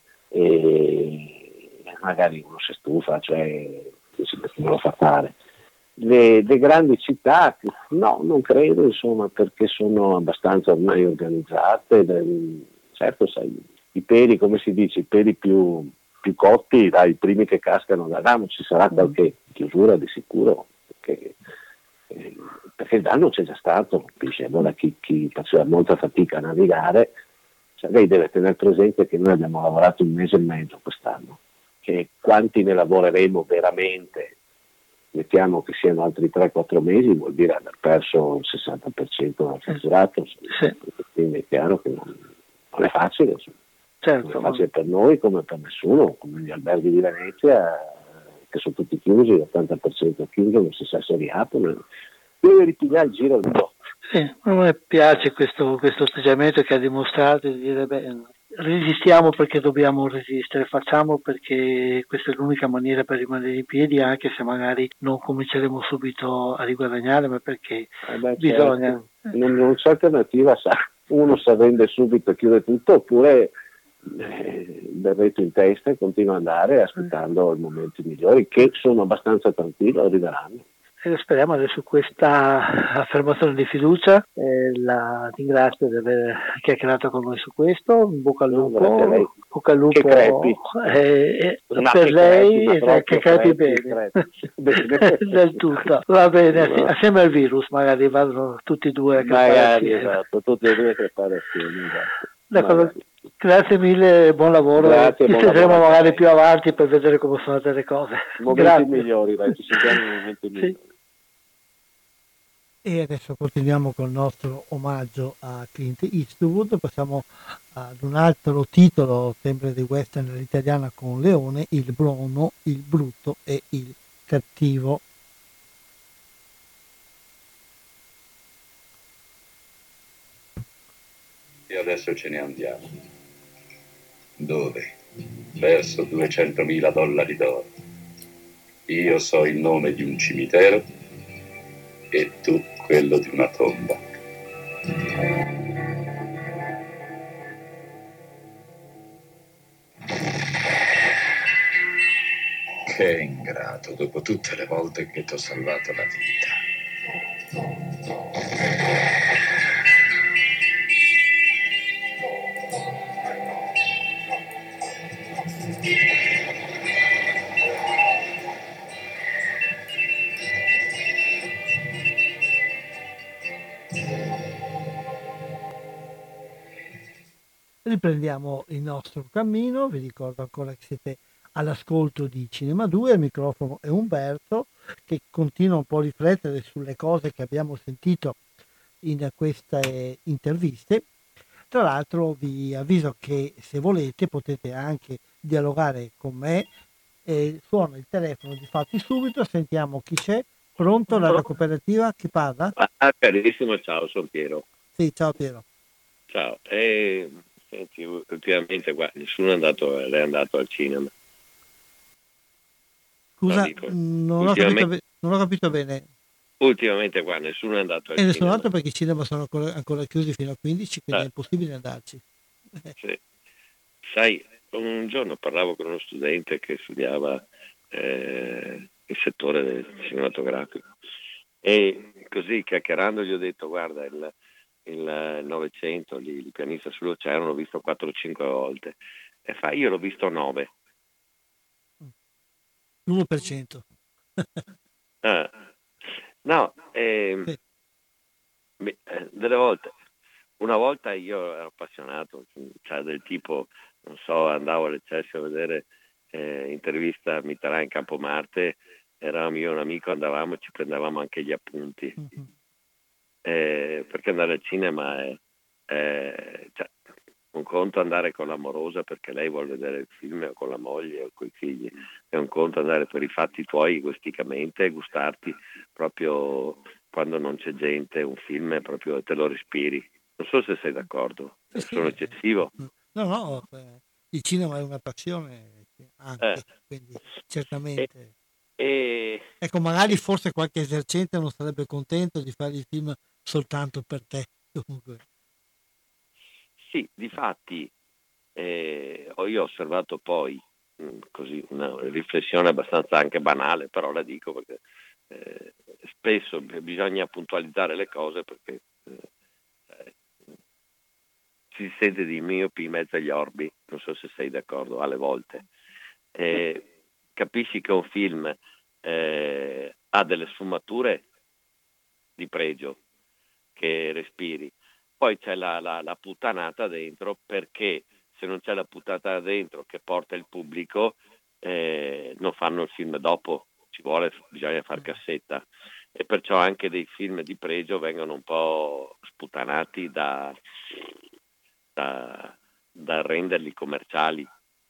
e magari uno si stufa, cioè non lo fa fare. Le, le grandi città, no, non credo, insomma, perché sono abbastanza ormai organizzate. Certo, sai, i peli, come si dice, i peli più, più cotti, dai, i primi che cascano da ramo, ci sarà qualche chiusura di sicuro, perché, eh, perché il danno c'è già stato, capisce? Allora chi, chi faceva molta fatica a navigare, cioè, lei deve tenere presente che noi abbiamo lavorato un mese e mezzo quest'anno, che quanti ne lavoreremo veramente, mettiamo che siano altri tre quattro mesi, vuol dire aver perso il sessanta per cento del fatturato, sì. Quindi è chiaro che non, non è facile, certo, non è facile per noi come per nessuno, come gli alberghi di Venezia che sono tutti chiusi, l'ottanta per cento chiuso, non si sa se riaprono, deve ripigliare il giro un po'. Sì, a me piace questo, questo atteggiamento che ha dimostrato di dire beh, resistiamo perché dobbiamo resistere, facciamo perché questa è l'unica maniera per rimanere in piedi, anche se magari non cominceremo subito a riguadagnare, ma perché eh beh, bisogna. Certo. Non, non c'è alternativa, sa. Uno sa vende subito e chiude tutto, oppure eh, berretto in testa e continuo ad andare aspettando i momenti migliori, che sono abbastanza tranquillo, arriveranno. E speriamo adesso questa affermazione di fiducia, eh, la ringrazio di aver chiacchierato con noi su questo, in bocca al lupo, no, bocca al lupo eh, eh, per lei e che crepi bene, del tutto, va bene, no. Assieme al virus magari vanno tutti e due a magari, esatto, tutti e due a crepare assieme, esatto. Grazie mille, buon lavoro. Grazie, ci buon sentiremo lavoro magari più avanti per vedere come sono andate le cose. Momenti Grazie. migliori, dai, ci sentiamo in momenti migliori. Sì. E adesso continuiamo con il nostro omaggio a Clint Eastwood, passiamo ad un altro titolo, sempre di western all'italiana con Leone, Il buono, il brutto e il cattivo. E adesso ce ne andiamo. Dove? Verso duecentomila dollari d'oro. Io so il nome di un cimitero e tu quello di una tomba. Che ingrato, dopo tutte le volte che ti ho salvato la vita. Riprendiamo il nostro cammino, vi ricordo ancora che siete all'ascolto di Cinema due, al microfono è Umberto che continua un po' a riflettere sulle cose che abbiamo sentito in queste interviste. Tra l'altro vi avviso che se volete potete anche dialogare con me, eh, suona il telefono di fatti subito, sentiamo chi c'è. Pronto, la cooperativa, chi parla? Ah, carissimo, ciao, sono Piero. Sì, ciao Piero. Ciao, eh, senti, ultimamente qua nessuno è andato, è andato al cinema. Scusa, non ho, capito, non ho capito bene. Ultimamente qua nessuno è andato al e cinema. Nessuno altro perché i cinema sono ancora, ancora chiusi fino a quindici, quindi eh. è impossibile andarci. Sì. Sai, un giorno parlavo con uno studente che studiava eh, il settore del cinematografico e così chiacchierando gli ho detto guarda il, il Novecento, lì, il pianista sull'oceano l'ho visto quattro o cinque volte e fa io l'ho visto nove. l'uno per cento. ah. No, eh, sì. eh, delle volte, una volta io ero appassionato, cioè del tipo, non so, andavo all'Eccelsior a vedere eh, intervista a Mitterrand in Campo Marte, eravamo io e un amico, andavamo e ci prendevamo anche gli appunti, mm-hmm. eh, perché andare al cinema è, è cioè, un conto andare con l'amorosa perché lei vuole vedere il film o con la moglie o con i figli, è un conto andare per i fatti tuoi egoisticamente e gustarti proprio quando non c'è gente, un film proprio te lo respiri. Non so se sei d'accordo, sì, sono sì. eccessivo. No, no, il cinema è una passione anche, eh. quindi certamente. E, e... Ecco, magari forse qualche esercente non sarebbe contento di fare il film soltanto per te, comunque. Sì, difatti eh, io ho osservato poi mh, così una riflessione abbastanza anche banale, però la dico perché eh, spesso bisogna puntualizzare le cose perché eh, si sente di miopi in mezzo agli orbi, non so se sei d'accordo, alle volte. Eh, capisci che un film eh, ha delle sfumature di pregio che respiri. Poi c'è la, la, la puttanata dentro, perché se non c'è la puttanata dentro che porta il pubblico, eh, non fanno il film dopo, ci vuole, bisogna far cassetta. E perciò anche dei film di pregio vengono un po' sputtanati da, da, da renderli commerciali.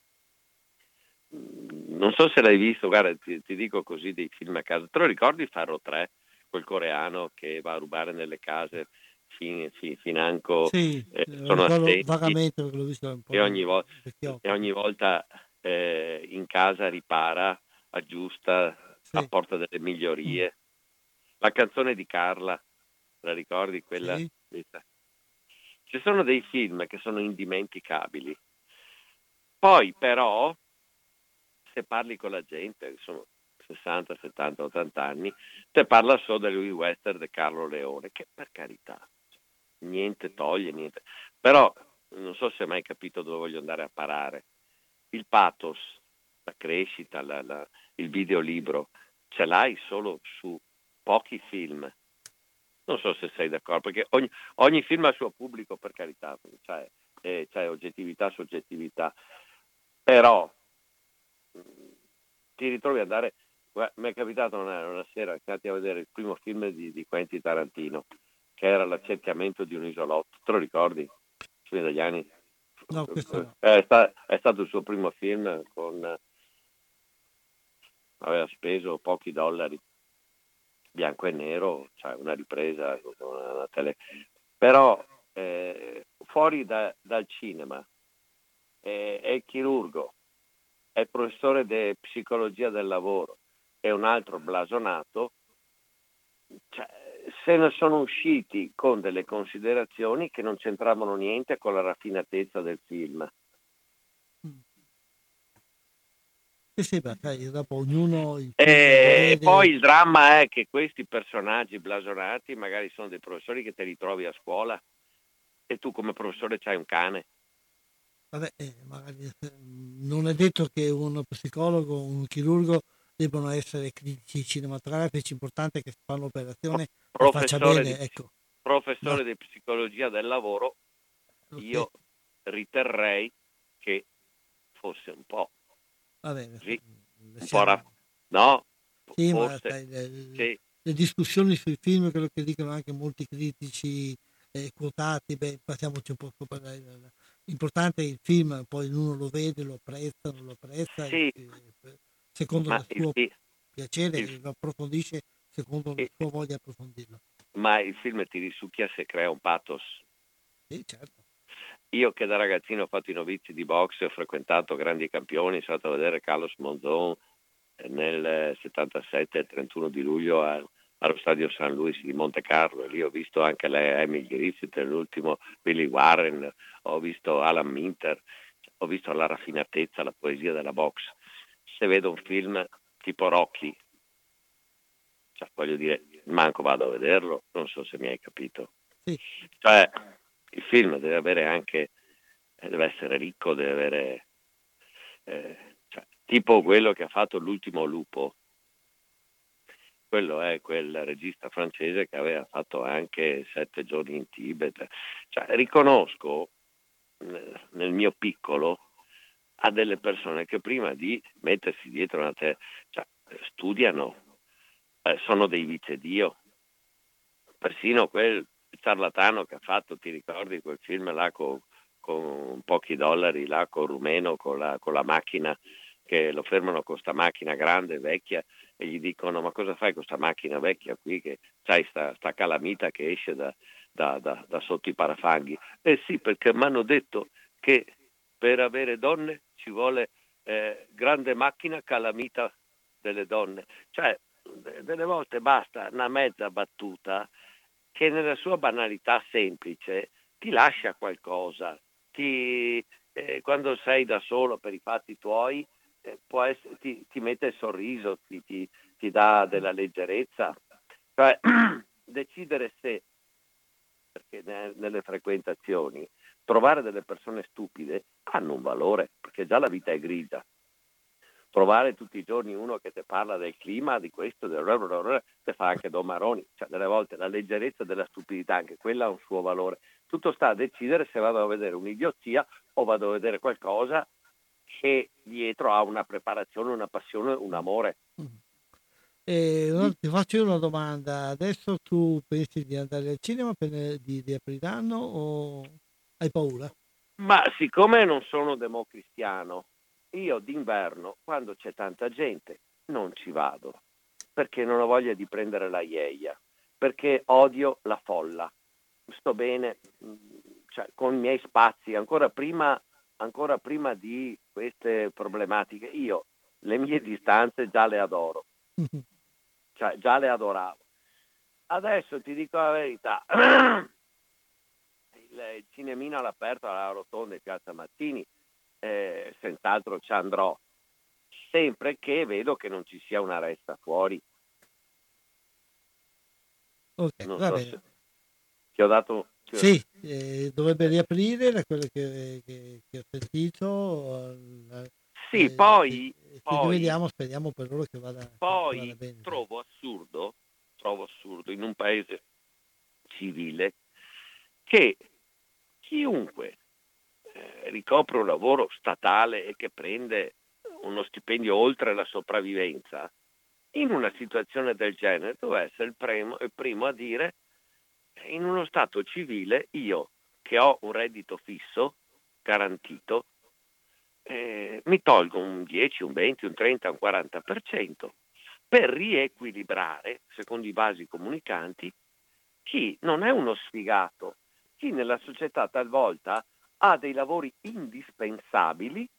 Non so se l'hai visto, guarda, ti, ti dico così dei film a casa. Te lo ricordi Farro tre, quel coreano che va a rubare nelle case? Fin, fin, financo sì, eh, sono assenti vagamente perché l'ho visto un po' e ogni, vo- e ogni volta eh, in casa ripara, aggiusta, sì. apporta delle migliorie. Mm. La canzone di Carla, la ricordi quella? Sì. Ci sono dei film che sono indimenticabili, Poi però, se parli con la gente, che sono sessanta, settanta, ottanta anni, te parla solo dei western di Carlo Leone, che per carità, niente toglie, niente. Però non so se hai mai capito dove voglio andare a parare. Il pathos, la crescita, la, la, il videolibro, ce l'hai solo su pochi film. Non so se sei d'accordo, perché ogni, ogni film ha il suo pubblico, per carità, cioè, eh, c'è oggettività, soggettività, però mh, ti ritrovi ad andare. Mi è capitato una, una sera che andati a vedere il primo film di, di Quentin Tarantino, che era L'accerchiamento di un isolotto. Te lo ricordi? Film degli anni? No, questo no. È, sta, è stato il suo primo film, con aveva speso pochi dollari, bianco e nero, cioè una ripresa con una, una tele. Però eh, fuori da, dal cinema è, è il chirurgo, è il professore di psicologia del lavoro, è un altro blasonato, cioè, se ne sono usciti con delle considerazioni che non c'entravano niente con la raffinatezza del film. Sì, sì, beh, sai, dopo ognuno il film E vede. poi il dramma è che questi personaggi blasonati magari sono dei professori che te li trovi a scuola e tu come professore c'hai un cane. Vabbè, eh, magari, eh, non è detto che uno psicologo o un chirurgo debbano essere critici cinematografici, importante che fanno l'operazione la faccia Professore bene, di, ecco. professore No, di psicologia del lavoro, ok, io riterrei che fosse un po' va bene. sì, un po' Siamo- raff- no, Sì, ma forse sai, le, sì, le discussioni sui film, quello che dicono anche molti critici eh, quotati, beh, passiamoci un po' sopra. dai, dai, dai. L'importante è il film, poi uno lo vede, lo apprezza, non lo apprezza, e, sì, e, secondo ma il il, suo fi- piacere il, e lo approfondisce secondo la il- sua voglia di approfondirlo. ma il film ti risucchia se crea un pathos. Sì, certo. Io che da ragazzino ho fatto i novizi di boxe, ho frequentato grandi campioni, sono andato a vedere Carlos Monzon nel settantasette, il trentuno di luglio a, allo stadio San Luis di Monte Carlo, e lì ho visto anche le Emil Griffith, l'ultimo Billy Warren, ho visto Alan Minter, ho visto la raffinatezza, la poesia della boxe. Se vedo un film tipo Rocky, cioè, voglio dire, manco vado a vederlo, non so se mi hai capito. Sì. Cioè, il film deve avere anche, deve essere ricco, deve avere eh, cioè, tipo quello che ha fatto L'ultimo lupo. Quello è quel regista francese che aveva fatto anche Sette giorni in Tibet. Cioè, riconosco nel mio piccolo a delle persone che prima di mettersi dietro una te, cioè, studiano, eh, sono dei vice Dio. Persino quel ciarlatano che ha fatto, ti ricordi quel film là con, con pochi dollari, là con Rumeno, con la, con la macchina, che lo fermano con sta macchina grande, vecchia, e gli dicono: ma cosa fai con sta macchina vecchia qui, che c'hai sta, sta calamita che esce da, da, da, da sotto i parafanghi? Eh sì, perché mi hanno detto che per avere donne ci vuole eh, grande macchina calamita delle donne. Cioè, delle volte basta una mezza battuta che nella sua banalità semplice ti lascia qualcosa, ti, eh, quando sei da solo per i fatti tuoi, eh, può essere, ti, ti mette il sorriso, ti, ti, ti dà della leggerezza. Cioè, decidere se, perché ne, nelle frequentazioni, trovare delle persone stupide hanno un valore, perché già la vita è grigia. Trovare tutti i giorni uno che ti parla del clima, di questo, del te fa anche domaroni, cioè delle volte la leggerezza della stupidità, anche quella ha un suo valore. Tutto sta a decidere se vado a vedere un'idiozia o vado a vedere qualcosa che dietro ha una preparazione, una passione, un amore. E, no, ti faccio una domanda, adesso tu pensi di andare al cinema per di, di Apridanno o hai paura? Ma siccome non sono democristiano, io d'inverno, quando c'è tanta gente, non ci vado, perché non ho voglia di prendere la ieia, perché odio la folla. Sto bene, cioè, con i miei spazi, ancora prima, ancora prima di queste problematiche. Io le mie distanze già le adoro, cioè già le adoravo. Adesso ti dico la verità, il, il cinemino all'aperto alla Rotonda di Piazza Mazzini eh, senz'altro ci andrò, sempre che vedo che non ci sia una resta fuori. Ok, Non va so bene. se ti ho dato... ti ho- Sì, eh, dovrebbe riaprire da quello che, che- che ho sentito. eh, Sì, eh, poi, e quindi poi, vediamo, speriamo per loro che vada, che vada poi bene. trovo assurdo, trovo assurdo in un paese civile che chiunque eh, ricopre un lavoro statale e che prende uno stipendio oltre la sopravvivenza, in una situazione del genere deve essere il primo, il primo a dire: in uno stato civile io che ho un reddito fisso garantito eh, mi tolgo un dieci, un venti, un trenta, un quaranta per cento per riequilibrare, secondo i vasi comunicanti, chi non è uno sfigato, chi nella società talvolta ha dei lavori indispensabili.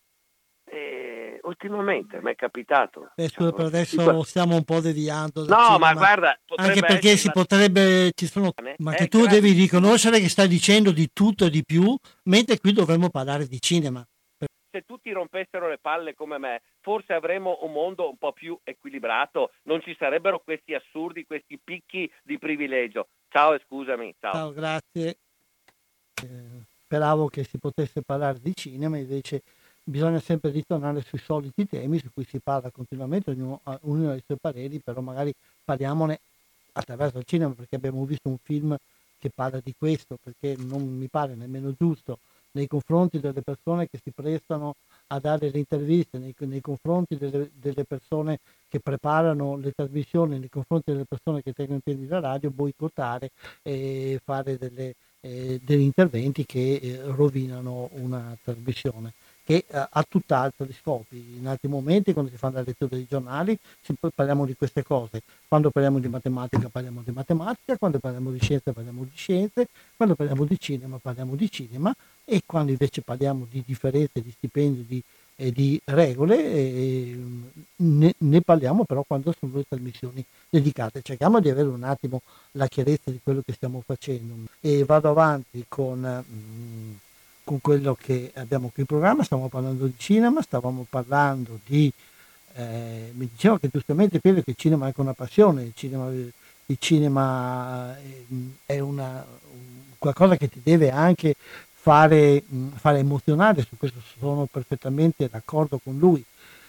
E ultimamente mi è capitato, Eh, scusa, per diciamo, adesso stiamo un po' deviando dal no, ma cinema, guarda, anche potrebbe perché essere si la potrebbe, ci sono, ma che è tu devi gravissimo. riconoscere che stai dicendo di tutto e di più, mentre qui dovremmo parlare di cinema. Se tutti rompessero le palle come me, forse avremmo un mondo un po' più equilibrato, non ci sarebbero questi assurdi, questi picchi di privilegio. Ciao e scusami, ciao. Ciao, grazie. Eh, speravo che si potesse parlare di cinema, invece bisogna sempre ritornare sui soliti temi su cui si parla continuamente, ognuno ha ognuno ha i suoi pareri, però magari parliamone attraverso il cinema, perché abbiamo visto un film che parla di questo, perché non mi pare nemmeno giusto nei confronti delle persone che si prestano a dare le interviste, nei, nei confronti delle, delle persone che preparano le trasmissioni, nei confronti delle persone che tengono in piedi la radio, boicottare e fare delle, eh, degli interventi che eh, rovinano una trasmissione che eh, ha tutt'altri scopi. In altri momenti, quando si fa la lettura dei giornali, si, parliamo di queste cose. Quando parliamo di matematica parliamo di matematica, quando parliamo di scienze parliamo di scienze, quando parliamo di cinema parliamo di cinema, e quando invece parliamo di differenze di stipendio, di, eh, di regole, eh, ne, ne parliamo però quando sono due trasmissioni dedicate. Cerchiamo di avere un attimo la chiarezza di quello che stiamo facendo. E vado avanti con... Mh, con quello che abbiamo qui in programma. Stiamo parlando di cinema, stavamo parlando di eh, mi diceva che giustamente Piero che il cinema è anche una passione, il cinema, il cinema è una, qualcosa che ti deve anche fare, fare emozionare, su questo sono perfettamente d'accordo con lui.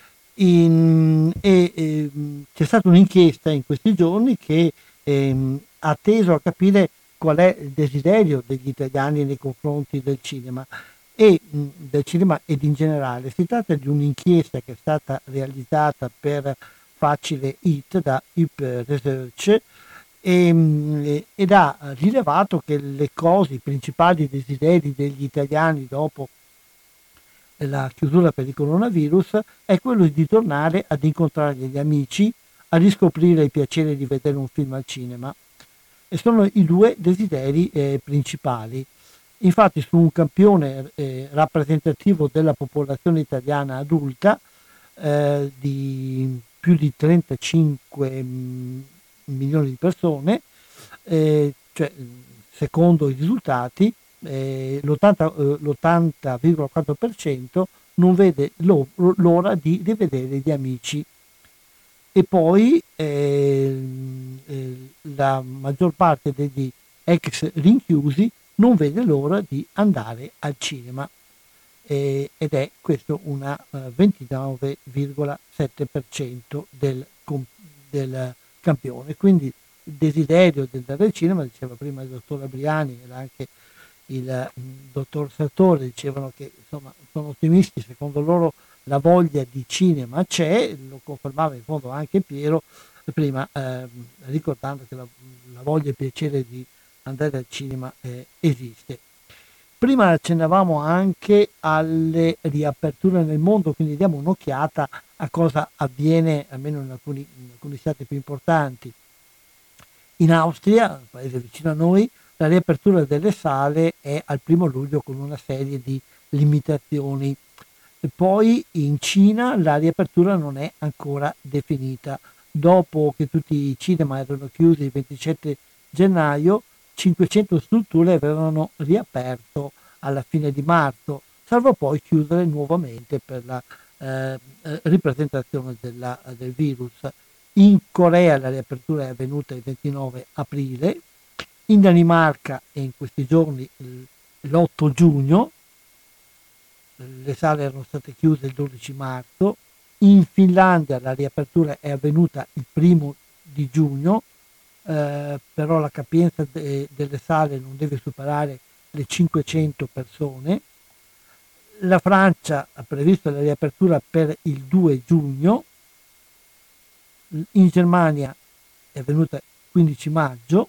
In, e, e, c'è stata un'inchiesta in questi giorni che ehm, ha teso a capire qual è il desiderio degli italiani nei confronti del cinema e mh, del cinema ed in generale. Si tratta di un'inchiesta che è stata realizzata per Facile It da Hyper Research e, mh, ed ha rilevato che le cose, i principali desideri degli italiani dopo la chiusura per il coronavirus è quello di tornare ad incontrare gli amici, a riscoprire il piacere di vedere un film al cinema. E sono i due desideri eh, principali. Infatti su un campione eh, rappresentativo della popolazione italiana adulta eh, di più di trentacinque mh, milioni di persone, eh, cioè secondo i risultati eh, l'ottanta, eh, l'ottanta virgola quattro per cento non vede l'ora di rivedere gli amici. E poi eh, eh, la maggior parte degli ex rinchiusi non vede l'ora di andare al cinema eh, ed è questo una uh, ventinove virgola sette per cento del, del campione. Quindi il desiderio di andare al cinema, diceva prima il dottor Abriani e anche il uh, dottor Sartori, dicevano che insomma sono ottimisti, secondo loro la voglia di cinema c'è, lo confermava in fondo anche Piero prima, eh, ricordando che la, la voglia e il piacere di andare al cinema eh, esiste. Prima accennavamo anche alle riaperture nel mondo, quindi diamo un'occhiata a cosa avviene almeno in alcuni, in alcuni stati più importanti. In Austria, un paese vicino a noi, la riapertura delle sale è al primo luglio con una serie di limitazioni. E poi in Cina la riapertura non è ancora definita. Dopo che tutti i cinema erano chiusi il ventisette gennaio, cinquecento strutture avevano riaperto alla fine di marzo. salvo poi chiudere nuovamente per la eh, eh, ripresentazione della, del virus. In Corea la riapertura è avvenuta il ventinove aprile, in Danimarca è in questi giorni l'otto giugno, le sale erano state chiuse il dodici marzo, in Finlandia la riapertura è avvenuta il primo di giugno, eh, però la capienza de- delle sale non deve superare le cinquecento persone. La Francia ha previsto la riapertura per il due giugno, in Germania è avvenuta il quindici maggio,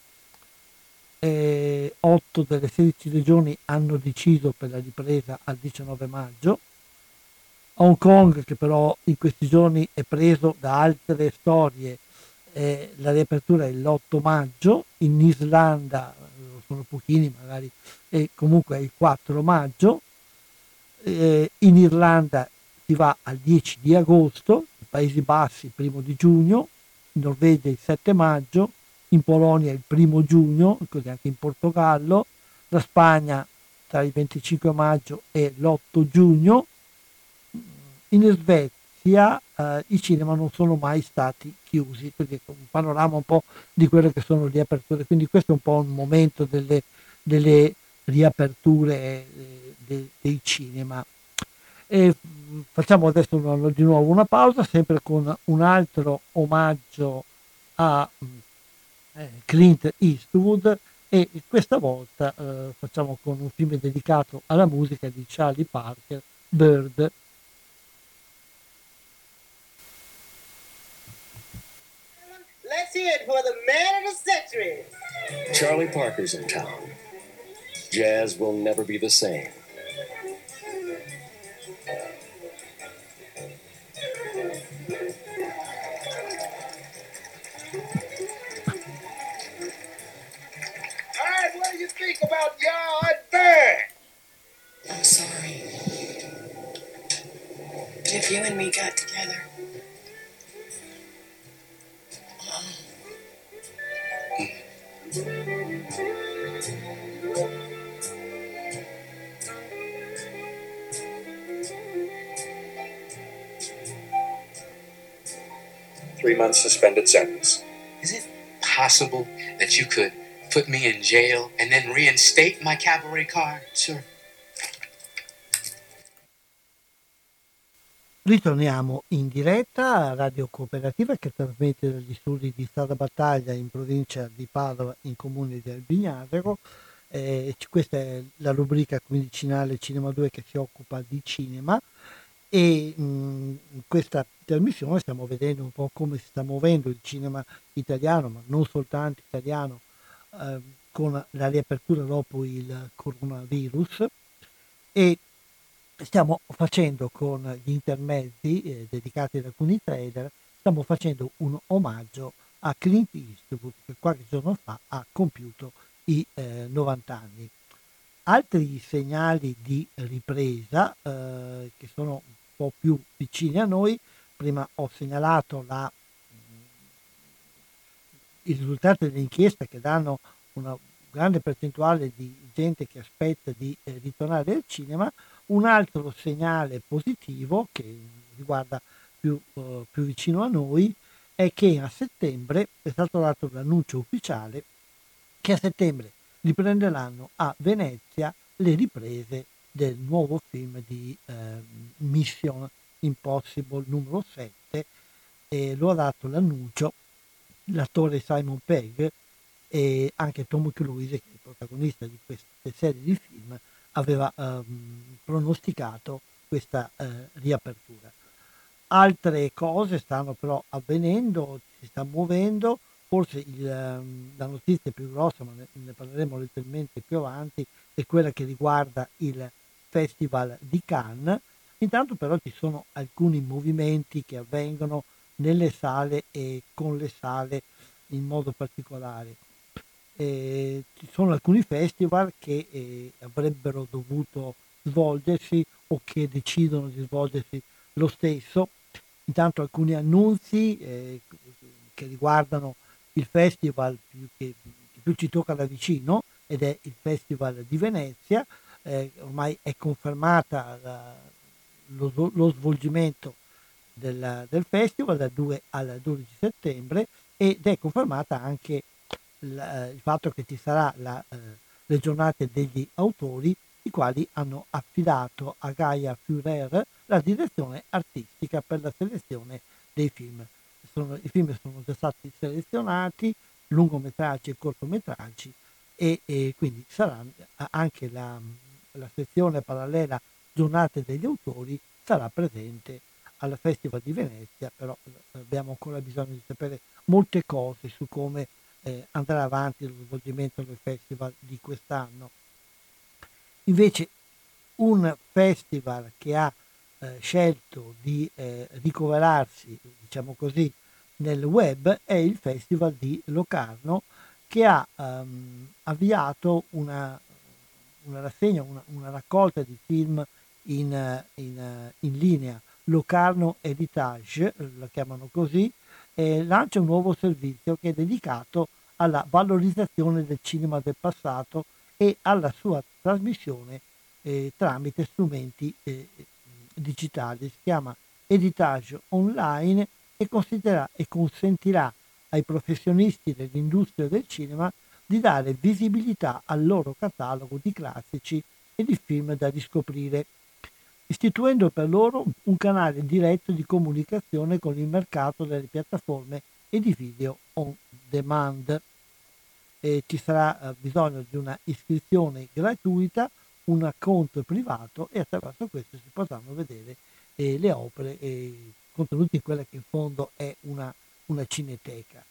eh, otto delle sedici regioni hanno deciso per la ripresa al diciannove maggio. Hong Kong, che però in questi giorni è preso da altre storie, eh, la riapertura è l'otto maggio, in Islanda sono pochini magari, e comunque è il quattro maggio, eh, in Irlanda si va al dieci di agosto, i Paesi Bassi il primo di giugno, in Norvegia il sette maggio, in Polonia il primo giugno, così anche in Portogallo, la Spagna tra il venticinque maggio e l'otto giugno, in Svezia eh, i cinema non sono mai stati chiusi, quindi un panorama un po' di quelle che sono le riaperture, quindi questo è un po' un momento delle, delle riaperture eh, de, dei cinema. E facciamo adesso una, di nuovo una pausa, sempre con un altro omaggio a eh, Clint Eastwood, e questa volta eh, facciamo con un film dedicato alla musica di Charlie Parker, Bird. Let's hear it for the man of the century. Charlie Parker's in town. Jazz will never be the same. All right, what do you think about Yard Bird? I'm sorry. But if you and me got together, Three months suspended sentence. Is it possible that you could put me in jail and then reinstate my cabaret card, sir? Ritorniamo in diretta a Radio Cooperativa, che trasmette dagli studi di Strada Battaglia in provincia di Padova, in comune di Albignasero. Eh, questa è la rubrica quindicinale Cinema due che si occupa di cinema, e mh, in questa trasmissione stiamo vedendo un po' come si sta muovendo il cinema italiano, ma non soltanto italiano, eh, con la riapertura dopo il coronavirus, e stiamo facendo con gli intermezzi eh, dedicati ad alcuni trailer, stiamo facendo un omaggio a Clint Eastwood, che qualche giorno fa ha compiuto i eh, novanta anni. Altri segnali di ripresa eh, che sono un po' più vicini a noi, prima ho segnalato la, il risultato dell'inchiesta che danno una grande percentuale di gente che aspetta di eh, ritornare al cinema. Un altro segnale positivo che riguarda più, uh, più vicino a noi è che a settembre è stato dato l'annuncio ufficiale che a settembre riprenderanno a Venezia le riprese del nuovo film di eh, Mission Impossible numero sette, e lo ha dato l'annuncio l'attore Simon Pegg, e anche Tom Cruise, che è il protagonista di queste serie di film, aveva ehm, pronosticato questa eh, riapertura. Altre cose stanno però avvenendo, si sta muovendo, forse il, ehm, la notizia più grossa, ma ne, ne parleremo leggermente più avanti, è quella che riguarda il Festival di Cannes. Intanto però ci sono alcuni movimenti che avvengono nelle sale e con le sale in modo particolare. Eh, ci sono alcuni festival che eh, avrebbero dovuto svolgersi o che decidono di svolgersi lo stesso. Intanto alcuni annunzi eh, che riguardano il festival più che, che più ci tocca da vicino, ed è il Festival di Venezia. eh, ormai è confermata la, lo, lo svolgimento del, del festival dal due al dodici settembre, ed è confermata anche la, il fatto che ci sarà la, eh, le giornate degli autori, i quali hanno affidato a Gaia Führer la direzione artistica per la selezione dei film. Sono, i film sono già stati selezionati, lungometraggi e cortometraggi, e, e quindi sarà anche la, la sezione parallela giornate degli autori sarà presente al Festival di Venezia, però abbiamo ancora bisogno di sapere molte cose su come eh, andrà avanti lo svolgimento del festival di quest'anno. Invece un festival che ha eh, scelto di eh, ricoverarsi, diciamo così, nel web è il Festival di Locarno, che ha um, avviato una, una rassegna, una, una raccolta di film in, in, in linea, Locarno Heritage, la chiamano così, e lancia un nuovo servizio che è dedicato alla valorizzazione del cinema del passato e alla sua trasmissione eh, tramite strumenti eh, digitali. Si chiama Heritage Online e, e consentirà ai professionisti dell'industria del cinema di dare visibilità al loro catalogo di classici e di film da riscoprire, istituendo per loro un canale diretto di comunicazione con il mercato delle piattaforme e di video on demand. E ci sarà eh, bisogno di una iscrizione gratuita, un account privato, e attraverso questo si potranno vedere eh, le opere eh, contenute in quella che in fondo è una, una cineteca.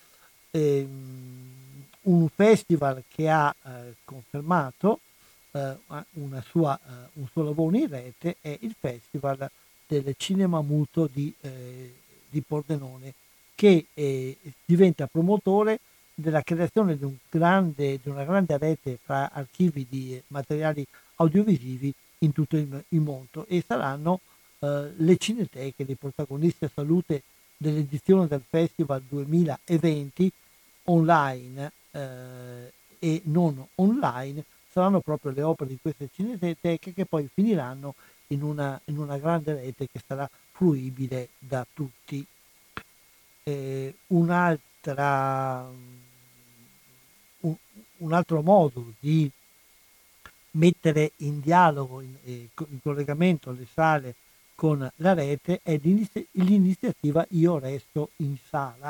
Ehm, un festival che ha eh, confermato eh, una sua, eh, un suo lavoro in rete è il Festival del Cinema Muto di, eh, di Pordenone, che eh, diventa promotore della creazione di, un grande, di una grande rete fra archivi di materiali audiovisivi in tutto il, il mondo, e saranno eh, le cineteche dei protagonisti a salute dell'edizione del Festival duemilaventi, online eh, e non online, saranno proprio le opere di queste cineteche che poi finiranno in una, in una grande rete che sarà fruibile da tutti. Eh, un'altra, un, un altro modo di mettere in dialogo, in, eh, in collegamento le sale con la rete è l'inizi- l'iniziativa Io Resto in Sala.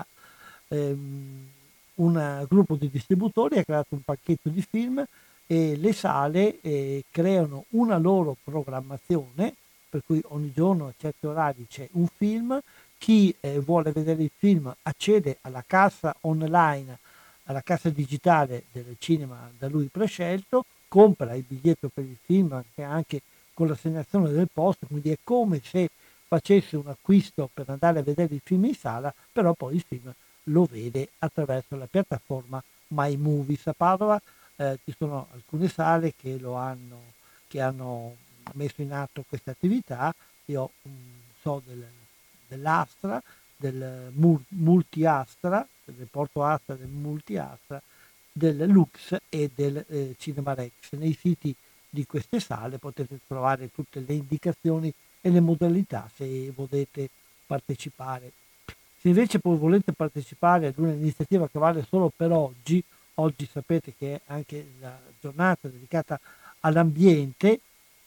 Um, un gruppo di distributori ha creato un pacchetto di film e le sale eh, creano una loro programmazione, per cui ogni giorno a certi orari c'è un film. Chi eh, vuole vedere il film accede alla cassa online, alla cassa digitale del cinema da lui prescelto, compra il biglietto per il film anche, anche con l'assegnazione del posto, quindi è come se facesse un acquisto per andare a vedere il film in sala, però poi il film lo vede attraverso la piattaforma MyMovies. A Padova eh, ci sono alcune sale che lo hanno, che hanno messo in atto questa attività. Io mh, so del, dell'Astra, del Multiastra, del Porto Astra, del Multiastra, del Lux e del eh, Cinema Rex. Nei siti di queste sale potete trovare tutte le indicazioni e le modalità se volete partecipare. Se invece poi volete partecipare ad un'iniziativa che vale solo per oggi, oggi sapete che è anche la giornata dedicata all'ambiente,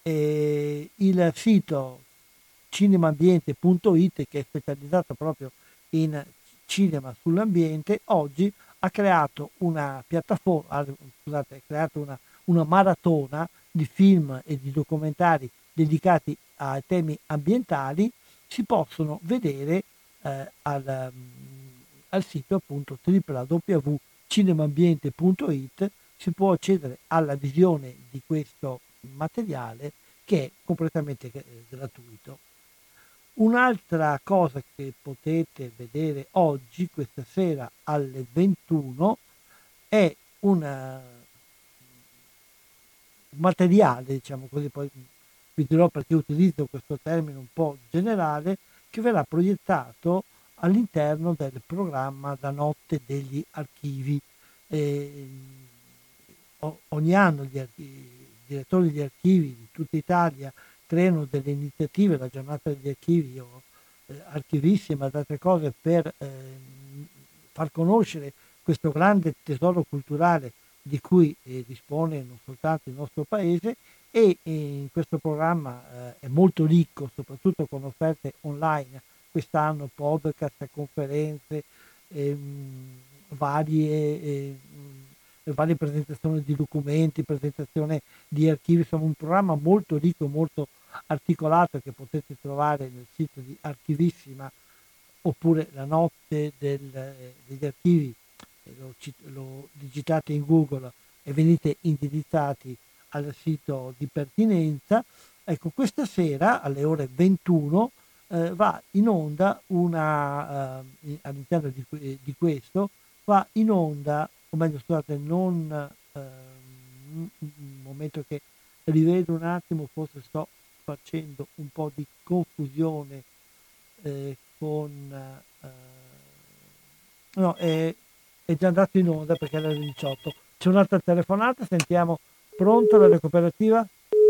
eh, il sito cinemaambiente punto it, che è specializzato proprio in cinema sull'ambiente, oggi ha creato una piattaforma, scusate, ha creato una, una maratona di film e di documentari dedicati a temi ambientali. Si possono vedere eh, al, al sito appunto w w w punto cinemaambiente punto it. Si può accedere alla visione di questo materiale, che è completamente eh, gratuito. Un'altra cosa che potete vedere oggi, questa sera alle ventuno, è una, un materiale, diciamo così, poi vi dirò perché utilizzo questo termine un po' generale, che verrà proiettato all'interno del programma La Notte degli Archivi. Eh, ogni anno gli, archivi, direttori di archivi di tutta Italia creano delle iniziative, la giornata degli archivi o eh, Archivissima ed altre cose per eh, far conoscere questo grande tesoro culturale di cui eh, dispone non soltanto il nostro paese, e eh, in questo programma eh, è molto ricco, soprattutto con offerte online quest'anno, podcast, conferenze, ehm, varie, eh, varie presentazioni di documenti, presentazione di archivi. Insomma, un programma molto ricco, molto articolato, che potete trovare nel sito di Archivissima, oppure la notte del, eh, degli archivi, eh, lo, lo digitate in Google e venite indirizzati al sito di pertinenza. Ecco, questa sera alle ore ventuno eh, va in onda una, eh, all'interno di, di questo, va in onda, o meglio scusate, non, eh, un momento che rivedo un attimo, forse sto facendo un po' di confusione eh, con... Eh, no, è, è già andato in onda perché era alle diciotto. C'è un'altra telefonata, sentiamo. Pronto, la cooperativa?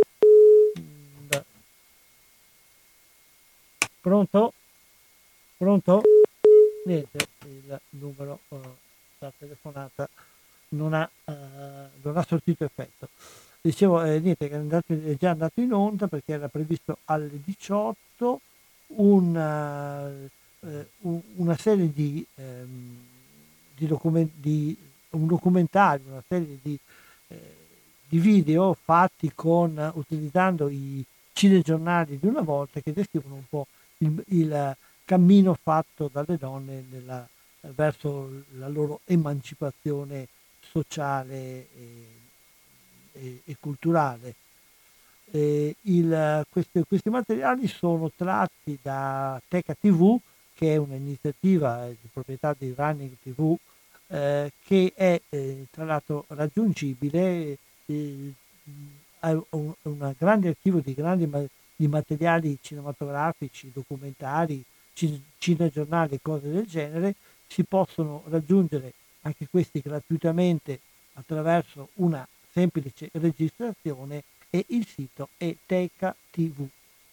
Pronto? Pronto? Niente, il numero, uh, la telefonata non ha, uh, non ha sortito effetto. Dicevo, eh, niente, che è, andato, è già andato in onda perché era previsto alle diciotto una, eh, una serie di, ehm, di, document, di un documentario, una serie di, eh, di video fatti con, utilizzando i cinegiornali di una volta, che descrivono un po' il, il cammino fatto dalle donne nella, verso la loro emancipazione sociale e, e, e culturale. Eh, il, questi, questi materiali sono tratti da Teca tivù, che è un'iniziativa di proprietà di Running tivù, eh, che è eh, tra l'altro raggiungibile, eh, ha un, un grande archivio di grandi ma, di materiali cinematografici, documentari, cin- cinegiornali e cose del genere. Si possono raggiungere anche questi gratuitamente attraverso una semplice registrazione, e il sito è Teca tivù.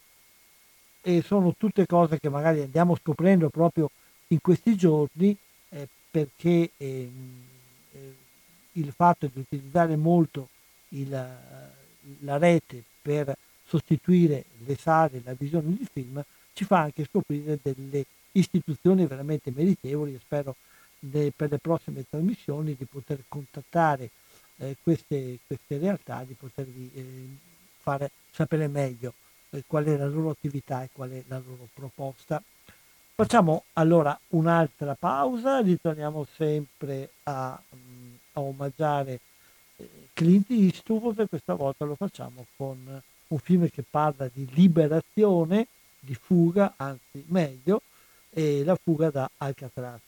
E sono tutte cose che magari andiamo scoprendo proprio in questi giorni, eh, perché eh, eh, il fatto di utilizzare molto il, la rete per sostituire le sale, la visione di film, ci fa anche scoprire delle istituzioni veramente meritevoli, e spero de, per le prossime trasmissioni di poter contattare eh, queste, queste realtà, di potervi eh, fare sapere meglio eh, qual è la loro attività e qual è la loro proposta. Facciamo allora un'altra pausa, ritorniamo sempre a, a omaggiare eh, Clint Eastwood, e questa volta lo facciamo con un film che parla di liberazione, di fuga, anzi meglio, e la fuga da Alcatraz.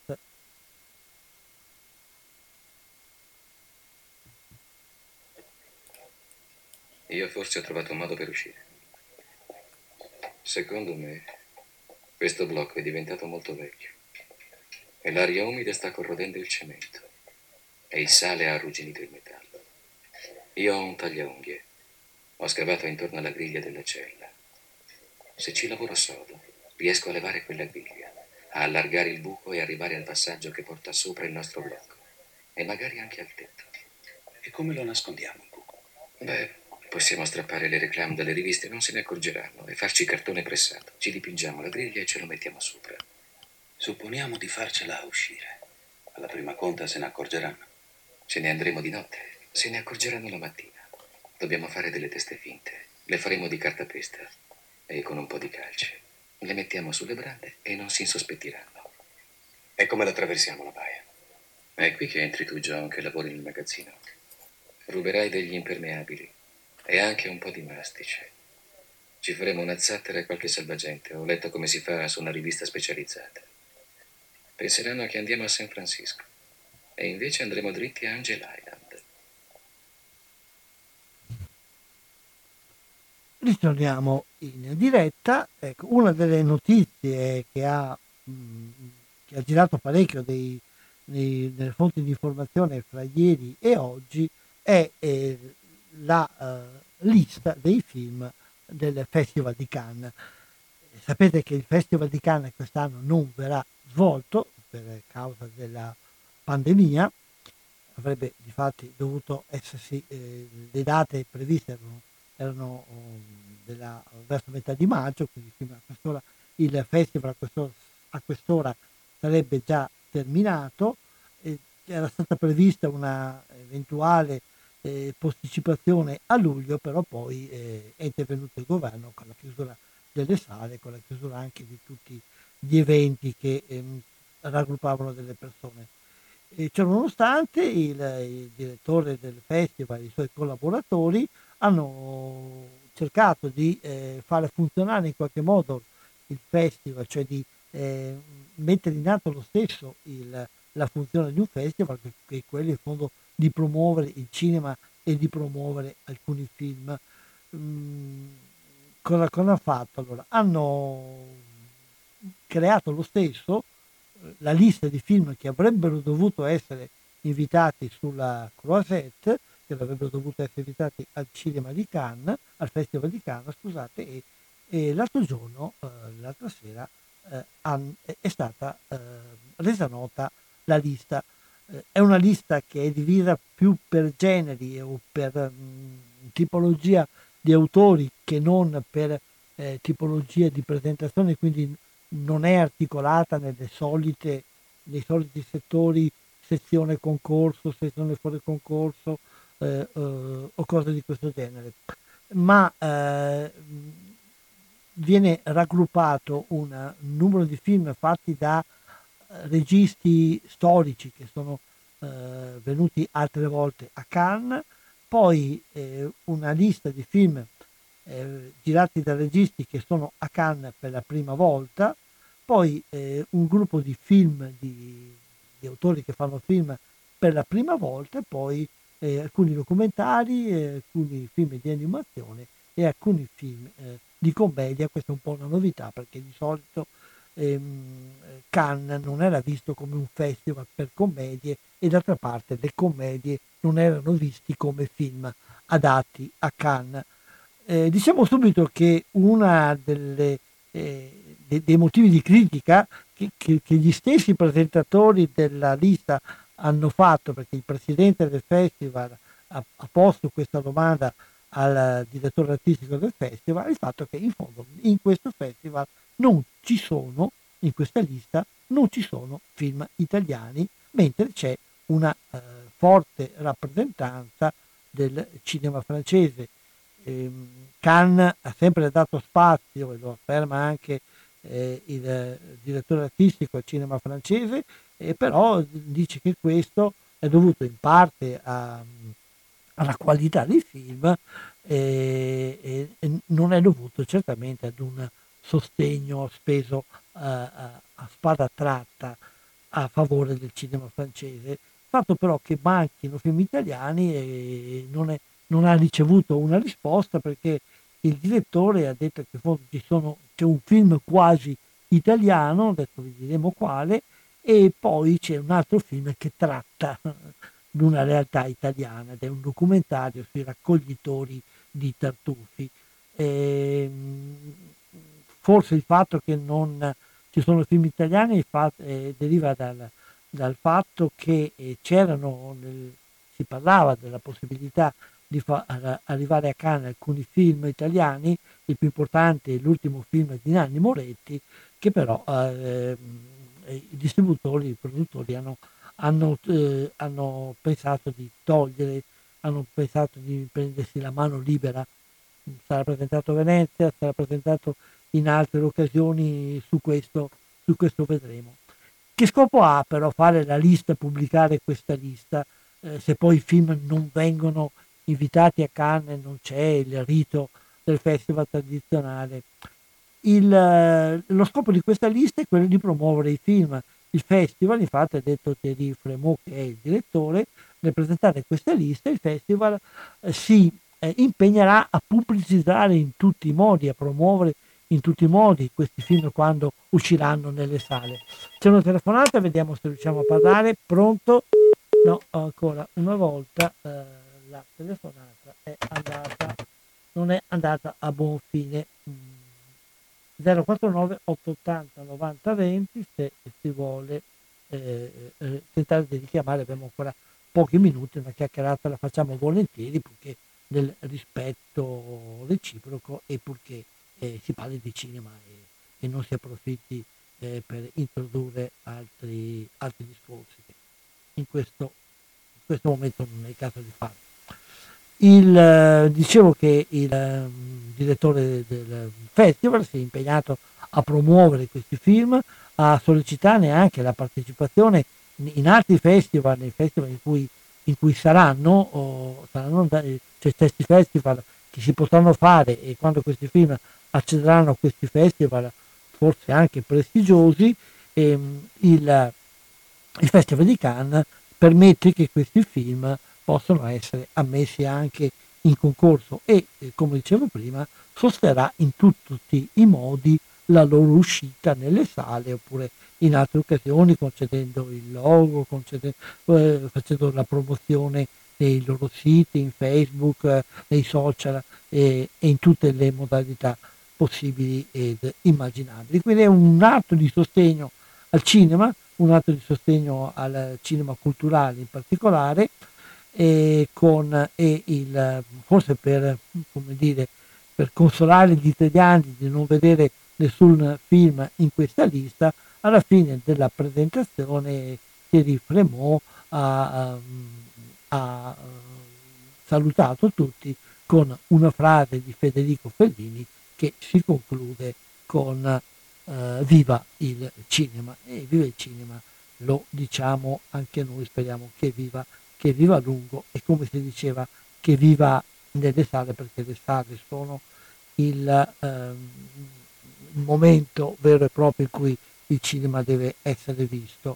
Io forse ho trovato un modo per uscire. Secondo me, questo blocco è diventato molto vecchio e l'aria umida sta corrodendo il cemento e il sale ha arrugginito il metallo. Io ho un tagliaunghie. Ho scavato intorno alla griglia della cella. Se ci lavoro sodo, riesco a levare quella griglia, a allargare il buco e arrivare al passaggio che porta sopra il nostro blocco e magari anche al tetto. E come lo nascondiamo il buco? Beh, possiamo strappare le reclame dalle riviste, non se ne accorgeranno, e farci cartone pressato. Ci dipingiamo la griglia e ce lo mettiamo sopra. Supponiamo di farcela uscire. Alla prima conta se ne accorgeranno. Ce ne andremo di notte. Se ne accorgeranno la mattina. Dobbiamo fare delle teste finte. Le faremo di cartapesta e con un po' di calce. Le mettiamo sulle brande e non si insospettiranno. E come la attraversiamo la baia? È qui che entri tu, John, che lavori nel magazzino. Ruberai degli impermeabili e anche un po' di mastice. Ci faremo una zattera e qualche salvagente. Ho letto come si fa su una rivista specializzata. Penseranno che andiamo a San Francisco e invece andremo dritti a Angel Island. Ritorniamo in diretta. Ecco, una delle notizie che ha, mh, che ha girato parecchio dei, dei, delle fonti di informazione fra ieri e oggi è eh, la, eh, lista dei film del Festival di Cannes. Sapete che il Festival di Cannes quest'anno non verrà svolto per causa della pandemia, avrebbe difatti dovuto essersi, eh, le date previste erano, erano um, della, verso metà di maggio, quindi fino a quest'ora il festival a quest'ora, a quest'ora sarebbe già terminato. Eh, era stata prevista una eventuale eh, posticipazione a luglio, però poi eh, è intervenuto il governo con la chiusura delle sale, con la chiusura anche di tutti gli eventi che ehm, raggruppavano delle persone. E ciononostante il, il direttore del festival e i suoi collaboratori hanno cercato di eh, fare funzionare in qualche modo il festival, cioè di eh, mettere in atto lo stesso il, la funzione di un festival, che, che è quello in fondo di promuovere il cinema e di promuovere alcuni film. Mm, cosa, cosa hanno fatto allora? Hanno creato lo stesso la lista di film che avrebbero dovuto essere invitati sulla Croisette, che avrebbero dovuto essere invitati al cinema di Cannes, al Festival di Cannes, scusate, e, e l'altro giorno, eh, l'altra sera, eh, han, è stata eh, resa nota la lista. Eh, è una lista che è divisa più per generi o per mh, tipologia di autori che non per eh, tipologia di presentazione, quindi non è articolata nelle solite, nei soliti settori, sezione concorso, sezione fuori concorso eh, eh, o cose di questo genere, ma eh, viene raggruppato un numero di film fatti da registi storici che sono eh, venuti altre volte a Cannes, poi eh, una lista di film Eh, girati da registi che sono a Cannes per la prima volta, poi eh, un gruppo di film di, di autori che fanno film per la prima volta, e poi eh, alcuni documentari, eh, alcuni film di animazione e alcuni film eh, di commedia. Questa è un po' una novità, perché di solito ehm, Cannes non era visto come un festival per commedie, e d'altra parte le commedie non erano visti come film adatti a Cannes. Eh, diciamo subito che una delle, eh, de, dei motivi di critica che, che, che gli stessi presentatori della lista hanno fatto, perché il presidente del festival ha, ha posto questa domanda al direttore artistico del festival, è il fatto che in fondo in questo festival non ci sono, in questa lista non ci sono film italiani, mentre c'è una eh, forte rappresentanza del cinema francese. Cannes ha sempre dato spazio, e lo afferma anche eh, il eh, direttore artistico al cinema francese, e però dice che questo è dovuto in parte a, alla qualità dei film e, e, e non è dovuto certamente ad un sostegno speso a, a, a spada tratta a favore del cinema francese. Il fatto però che manchino film italiani e non è non ha ricevuto una risposta, perché il direttore ha detto che ci sono, c'è un film quasi italiano, adesso vi diremo quale, e poi c'è un altro film che tratta di una realtà italiana, ed è un documentario sui raccoglitori di tartufi. E, forse il fatto che non ci sono film italiani fatto, eh, deriva dal, dal fatto che eh, c'erano, nel, si parlava della possibilità di fa- arrivare a Cannes alcuni film italiani, il più importante è l'ultimo film di Nanni Moretti, che però eh, i distributori, i produttori hanno, hanno, eh, hanno pensato di togliere, hanno pensato di prendersi la mano libera. Sarà presentato a Venezia, sarà presentato in altre occasioni, su questo, su questo vedremo. Che scopo ha però fare la lista, pubblicare questa lista, eh, se poi i film non vengono invitati a Cannes, non c'è il rito del festival tradizionale? Il, lo scopo di questa lista è quello di promuovere i film. Il festival, infatti, ha detto Thierry Frémaux, che è il direttore, nel presentare questa lista il festival eh, si eh, impegnerà a pubblicizzare in tutti i modi, a promuovere in tutti i modi questi film quando usciranno nelle sale. C'è una telefonata, vediamo se riusciamo a parlare. Pronto? No, ancora una volta eh, la telefonata è andata non è andata a buon fine. zero quattro nove otto otto zero novanta venti se si vuole eh, eh, tentare di richiamare. Abbiamo ancora pochi minuti, una chiacchierata la facciamo volentieri purché nel rispetto reciproco e purché eh, si parli di cinema e, e non si approfitti eh, per introdurre altri, altri discorsi che in questo, in questo momento non è il caso di fare. Il, eh, dicevo che il eh, direttore del festival si è impegnato a promuovere questi film, a sollecitarne anche la partecipazione in, in altri festival, nei festival in cui, in cui saranno, o saranno cioè questi festival che si potranno fare, e quando questi film accederanno a questi festival forse anche prestigiosi, ehm, il, il Festival di Cannes permette che questi film possono essere ammessi anche in concorso e, eh, come dicevo prima, sosterrà in tutti i modi la loro uscita nelle sale oppure in altre occasioni, concedendo il logo, concedendo, eh, facendo la promozione nei loro siti, in Facebook, eh, nei social eh, e in tutte le modalità possibili ed immaginabili. Quindi è un atto di sostegno al cinema, un atto di sostegno al cinema culturale in particolare, e con e il forse per come dire per consolare gli italiani di non vedere nessun film in questa lista, alla fine della presentazione Thierry Frémaux ha, ha salutato tutti con una frase di Federico Fellini che si conclude con uh, viva il cinema, e viva il cinema lo diciamo anche noi, speriamo che viva che viva a lungo, e come si diceva che viva nelle sale, perché le sale sono il, ehm, il momento vero e proprio in cui il cinema deve essere visto.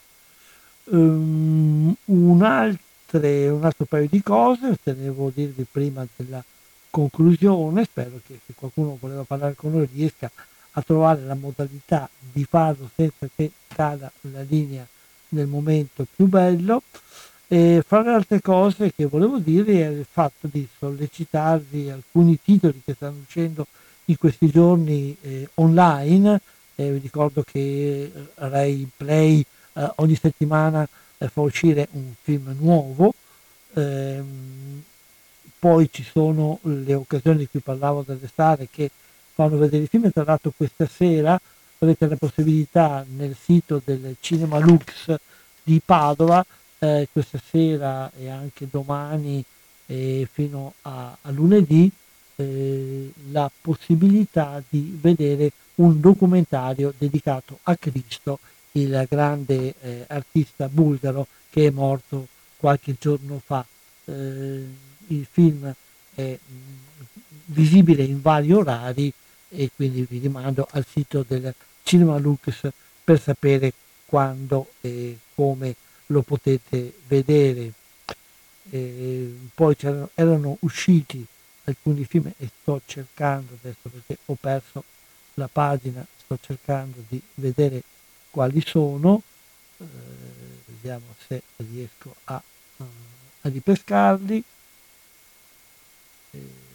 Um, un, altre, un altro paio di cose tenevo a dirvi prima della conclusione, spero che se qualcuno voleva parlare con noi riesca a trovare la modalità di farlo senza che cada la linea nel momento più bello. E fra le altre cose che volevo dirvi è il fatto di sollecitarvi alcuni titoli che stanno uscendo in questi giorni eh, online. Eh, vi ricordo che Rai Play eh, ogni settimana eh, fa uscire un film nuovo, ehm, poi ci sono le occasioni di cui parlavo delle sale che fanno vedere i film. Tra l'altro questa sera avete la possibilità nel sito del Cinema Lux di Padova, Eh, questa sera e anche domani e fino a, a lunedì, eh, la possibilità di vedere un documentario dedicato a Cristo, il grande eh, artista bulgaro che è morto qualche giorno fa. Eh, il film è mh, visibile in vari orari e quindi vi rimando al sito del Cinema Lux per sapere quando e come lo potete vedere. E poi c'erano, erano usciti alcuni film e sto cercando adesso, perché ho perso la pagina, sto cercando di vedere quali sono, eh, vediamo se riesco a, uh, a ripescarli. Eh,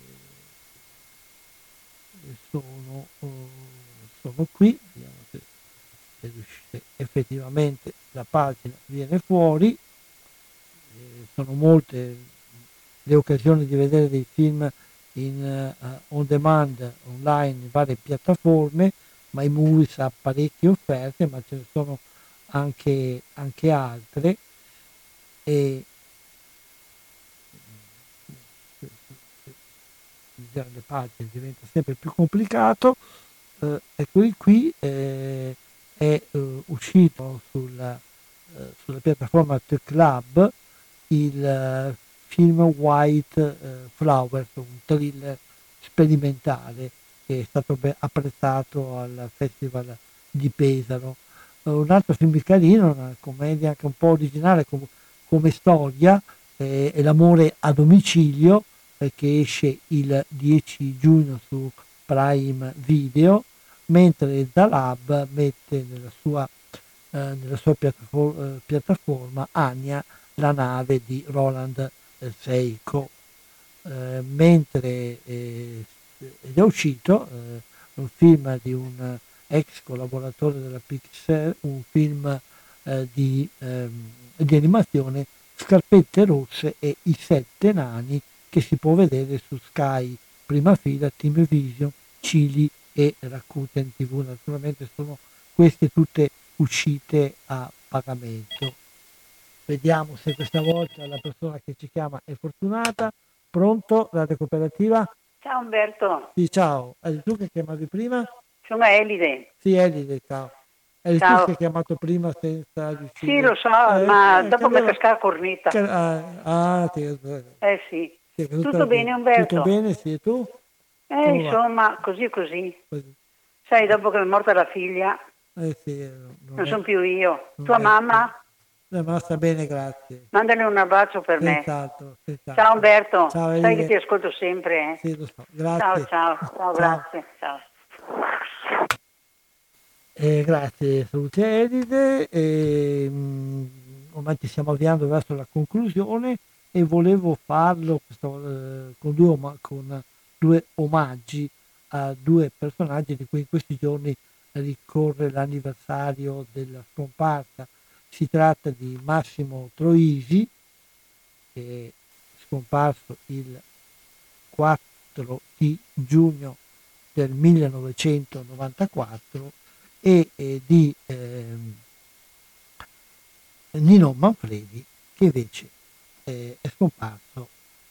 sono, uh, sono qui, vediamo se se effettivamente la pagina viene fuori. Eh, sono molte le occasioni di vedere dei film in uh, on demand online in varie piattaforme, ma i Movies ha parecchie offerte, ma ce ne sono anche, anche altre, e le pagine diventa sempre più complicato. Eh, eccoli qui. eh, è uh, uscito sulla, uh, sulla piattaforma The Club il uh, film White uh, Flowers, un thriller sperimentale che è stato ben apprezzato al Festival di Pesaro. Uh, un altro film carino, una commedia anche un po' originale com- come storia, eh, è L'amore a domicilio, eh, che esce il dieci giugno su Prime Video, mentre Zalab mette nella sua, eh, nella sua piattaforma, eh, piattaforma Anya, la nave di Roland eh, Seiko. eh, mentre eh, ed è uscito eh, un film di un ex collaboratore della Pixar, un film eh, di, ehm, di animazione, Scarpette Rosse e i Sette Nani, che si può vedere su Sky Prima Fila, Team Vision, Cili e Rakuten T V. Naturalmente sono queste tutte uscite a pagamento. Vediamo se questa volta la persona che ci chiama è fortunata. Pronto, Radio Cooperativa? Ciao Umberto. Sì, ciao. Eri tu che chiamavi prima? Sono Elide. Sì, Elide, ciao. Eri Ciao. tu che hai chiamato prima senza riuscire? Sì, lo so, eh, ma eh, dopo cadeva... mi casca la cornetta. Ca- ah, ah, ti... Eh sì. Ti Tutto bene Umberto? Tutto bene, sì, e tu? Eh, Come insomma, va? così così. così. Sai, dopo che mi è morta la figlia, Eh sì, non, non è... sono più io. non Tua è... mamma? La mamma sta bene, grazie. Mandale un abbraccio per Senz'altro, me. senz'altro. Ciao Umberto. Ciao, Sai Elide. che ti ascolto sempre, eh? Sì, lo so. Grazie. Ciao, ciao. Ciao, grazie. Ciao. Eh, grazie, saluti a Elide. E, mh, ormai ci stiamo avviando verso la conclusione e volevo farlo questo, eh, con, due om- con due omaggi a due personaggi di cui in questi giorni ricorre l'anniversario della scomparsa. Si tratta di Massimo Troisi, che è scomparso il quattro di giugno del millenovecentonovantaquattro, e eh, di eh, Nino Manfredi, che invece eh, è scomparso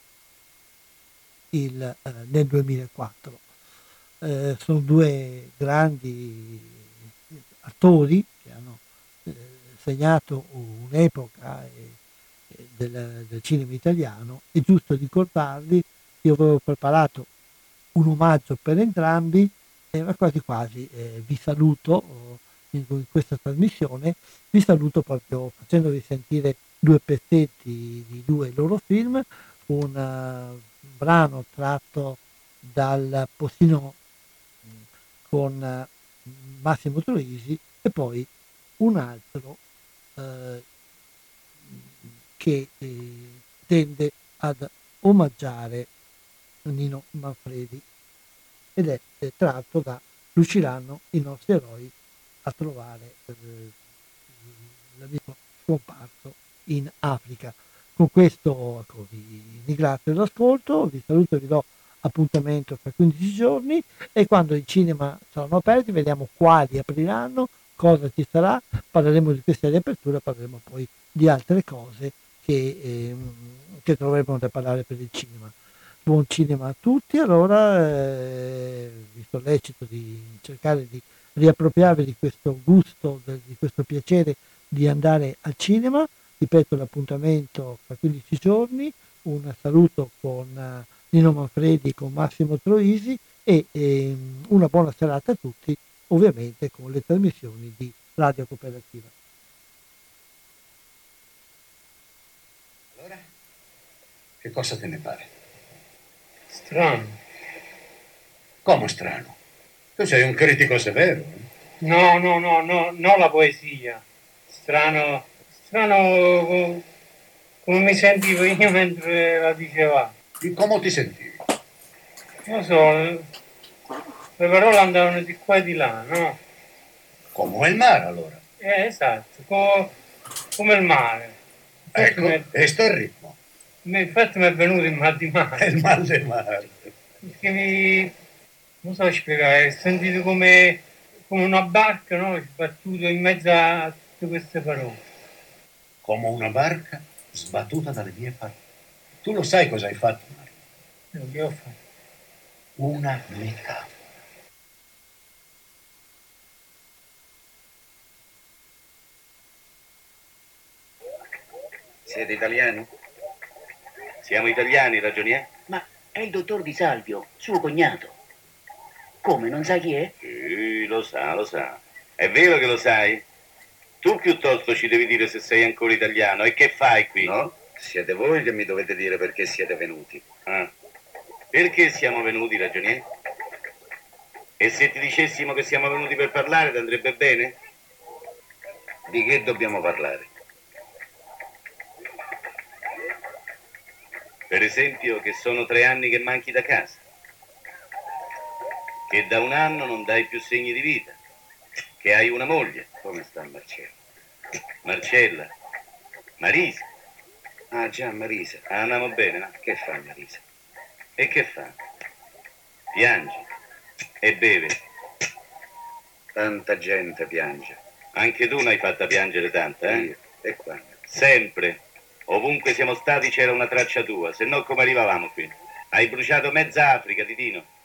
il, eh, nel duemilaquattro. Eh, sono due grandi attori che hanno eh, segnato un'epoca eh, del, del cinema italiano. È giusto ricordarli. Io avevo preparato un omaggio per entrambi, eh, ma quasi quasi eh, vi saluto oh, in, in questa trasmissione, vi saluto proprio facendovi sentire due pezzetti di due loro film, un uh, brano tratto dal postino con uh, Massimo Troisi e poi un altro uh, che eh, tende ad omaggiare Nino Manfredi, ed è, è tratto da Riusciranno i nostri eroi a trovare eh, l'amico scomparso in Africa. Con questo ecco, vi ringrazio dell'ascolto, vi saluto e vi do appuntamento fra quindici giorni, e quando i cinema saranno aperti vediamo quali apriranno, cosa ci sarà, parleremo di queste riaperture, parleremo poi di altre cose che, eh, che troveremo da parlare per il cinema. Buon cinema a tutti, allora eh, vi sollecito di cercare di riappropriarvi di questo gusto, di questo piacere di andare al cinema. Ripeto, l'appuntamento fra quindici giorni, un saluto con uh, Nino Manfredi, con Massimo Troisi e eh, una buona serata a tutti, ovviamente con le trasmissioni di Radio Cooperativa. Allora, che cosa te ne pare? Strano. Come strano? Tu sei un critico severo. Eh? No, no, no, no, non la poesia. Strano, strano come mi sentivo io mentre la diceva. E come ti sentivi? Non so, le parole andavano di qua e di là, no? Come il mare allora? Eh, esatto, come, come il mare. Ecco, me, e sto il ritmo. Infatti mi è venuto il mal di mare. Il mal di mare. Perché mi... non so spiegare, ho sentito come, come una barca, no? Sbattuto in mezzo a tutte queste parole. Come una barca sbattuta dalle mie parole. Tu lo sai cosa hai fatto, Mario? Che ho fatto? Una metafora. Siete italiani? Siamo italiani, ragionier? Ma è il dottor Di Salvio, suo cognato. Come, non sa chi è? Sì, lo sa, lo sa. È vero che lo sai? Tu piuttosto ci devi dire se sei ancora italiano. E che fai qui? No, siete voi che mi dovete dire perché siete venuti. Ah. Perché siamo venuti, ragionier? E se ti dicessimo che siamo venuti per parlare, ti andrebbe bene? Di che dobbiamo parlare? Per esempio che sono tre anni che manchi da casa, che da un anno non dai più segni di vita, che hai una moglie. Come sta Marcella? Marcella, Marisa. Ah già, Marisa. Ah, andiamo bene, no? Che fa Marisa? E che fa? Piange e beve. Tanta gente piange. Anche tu ne hai fatta piangere tanta, eh? Io. E quando? Sempre. Ovunque siamo stati c'era una traccia tua, se no come arrivavamo qui? Hai bruciato mezza Africa, Titino.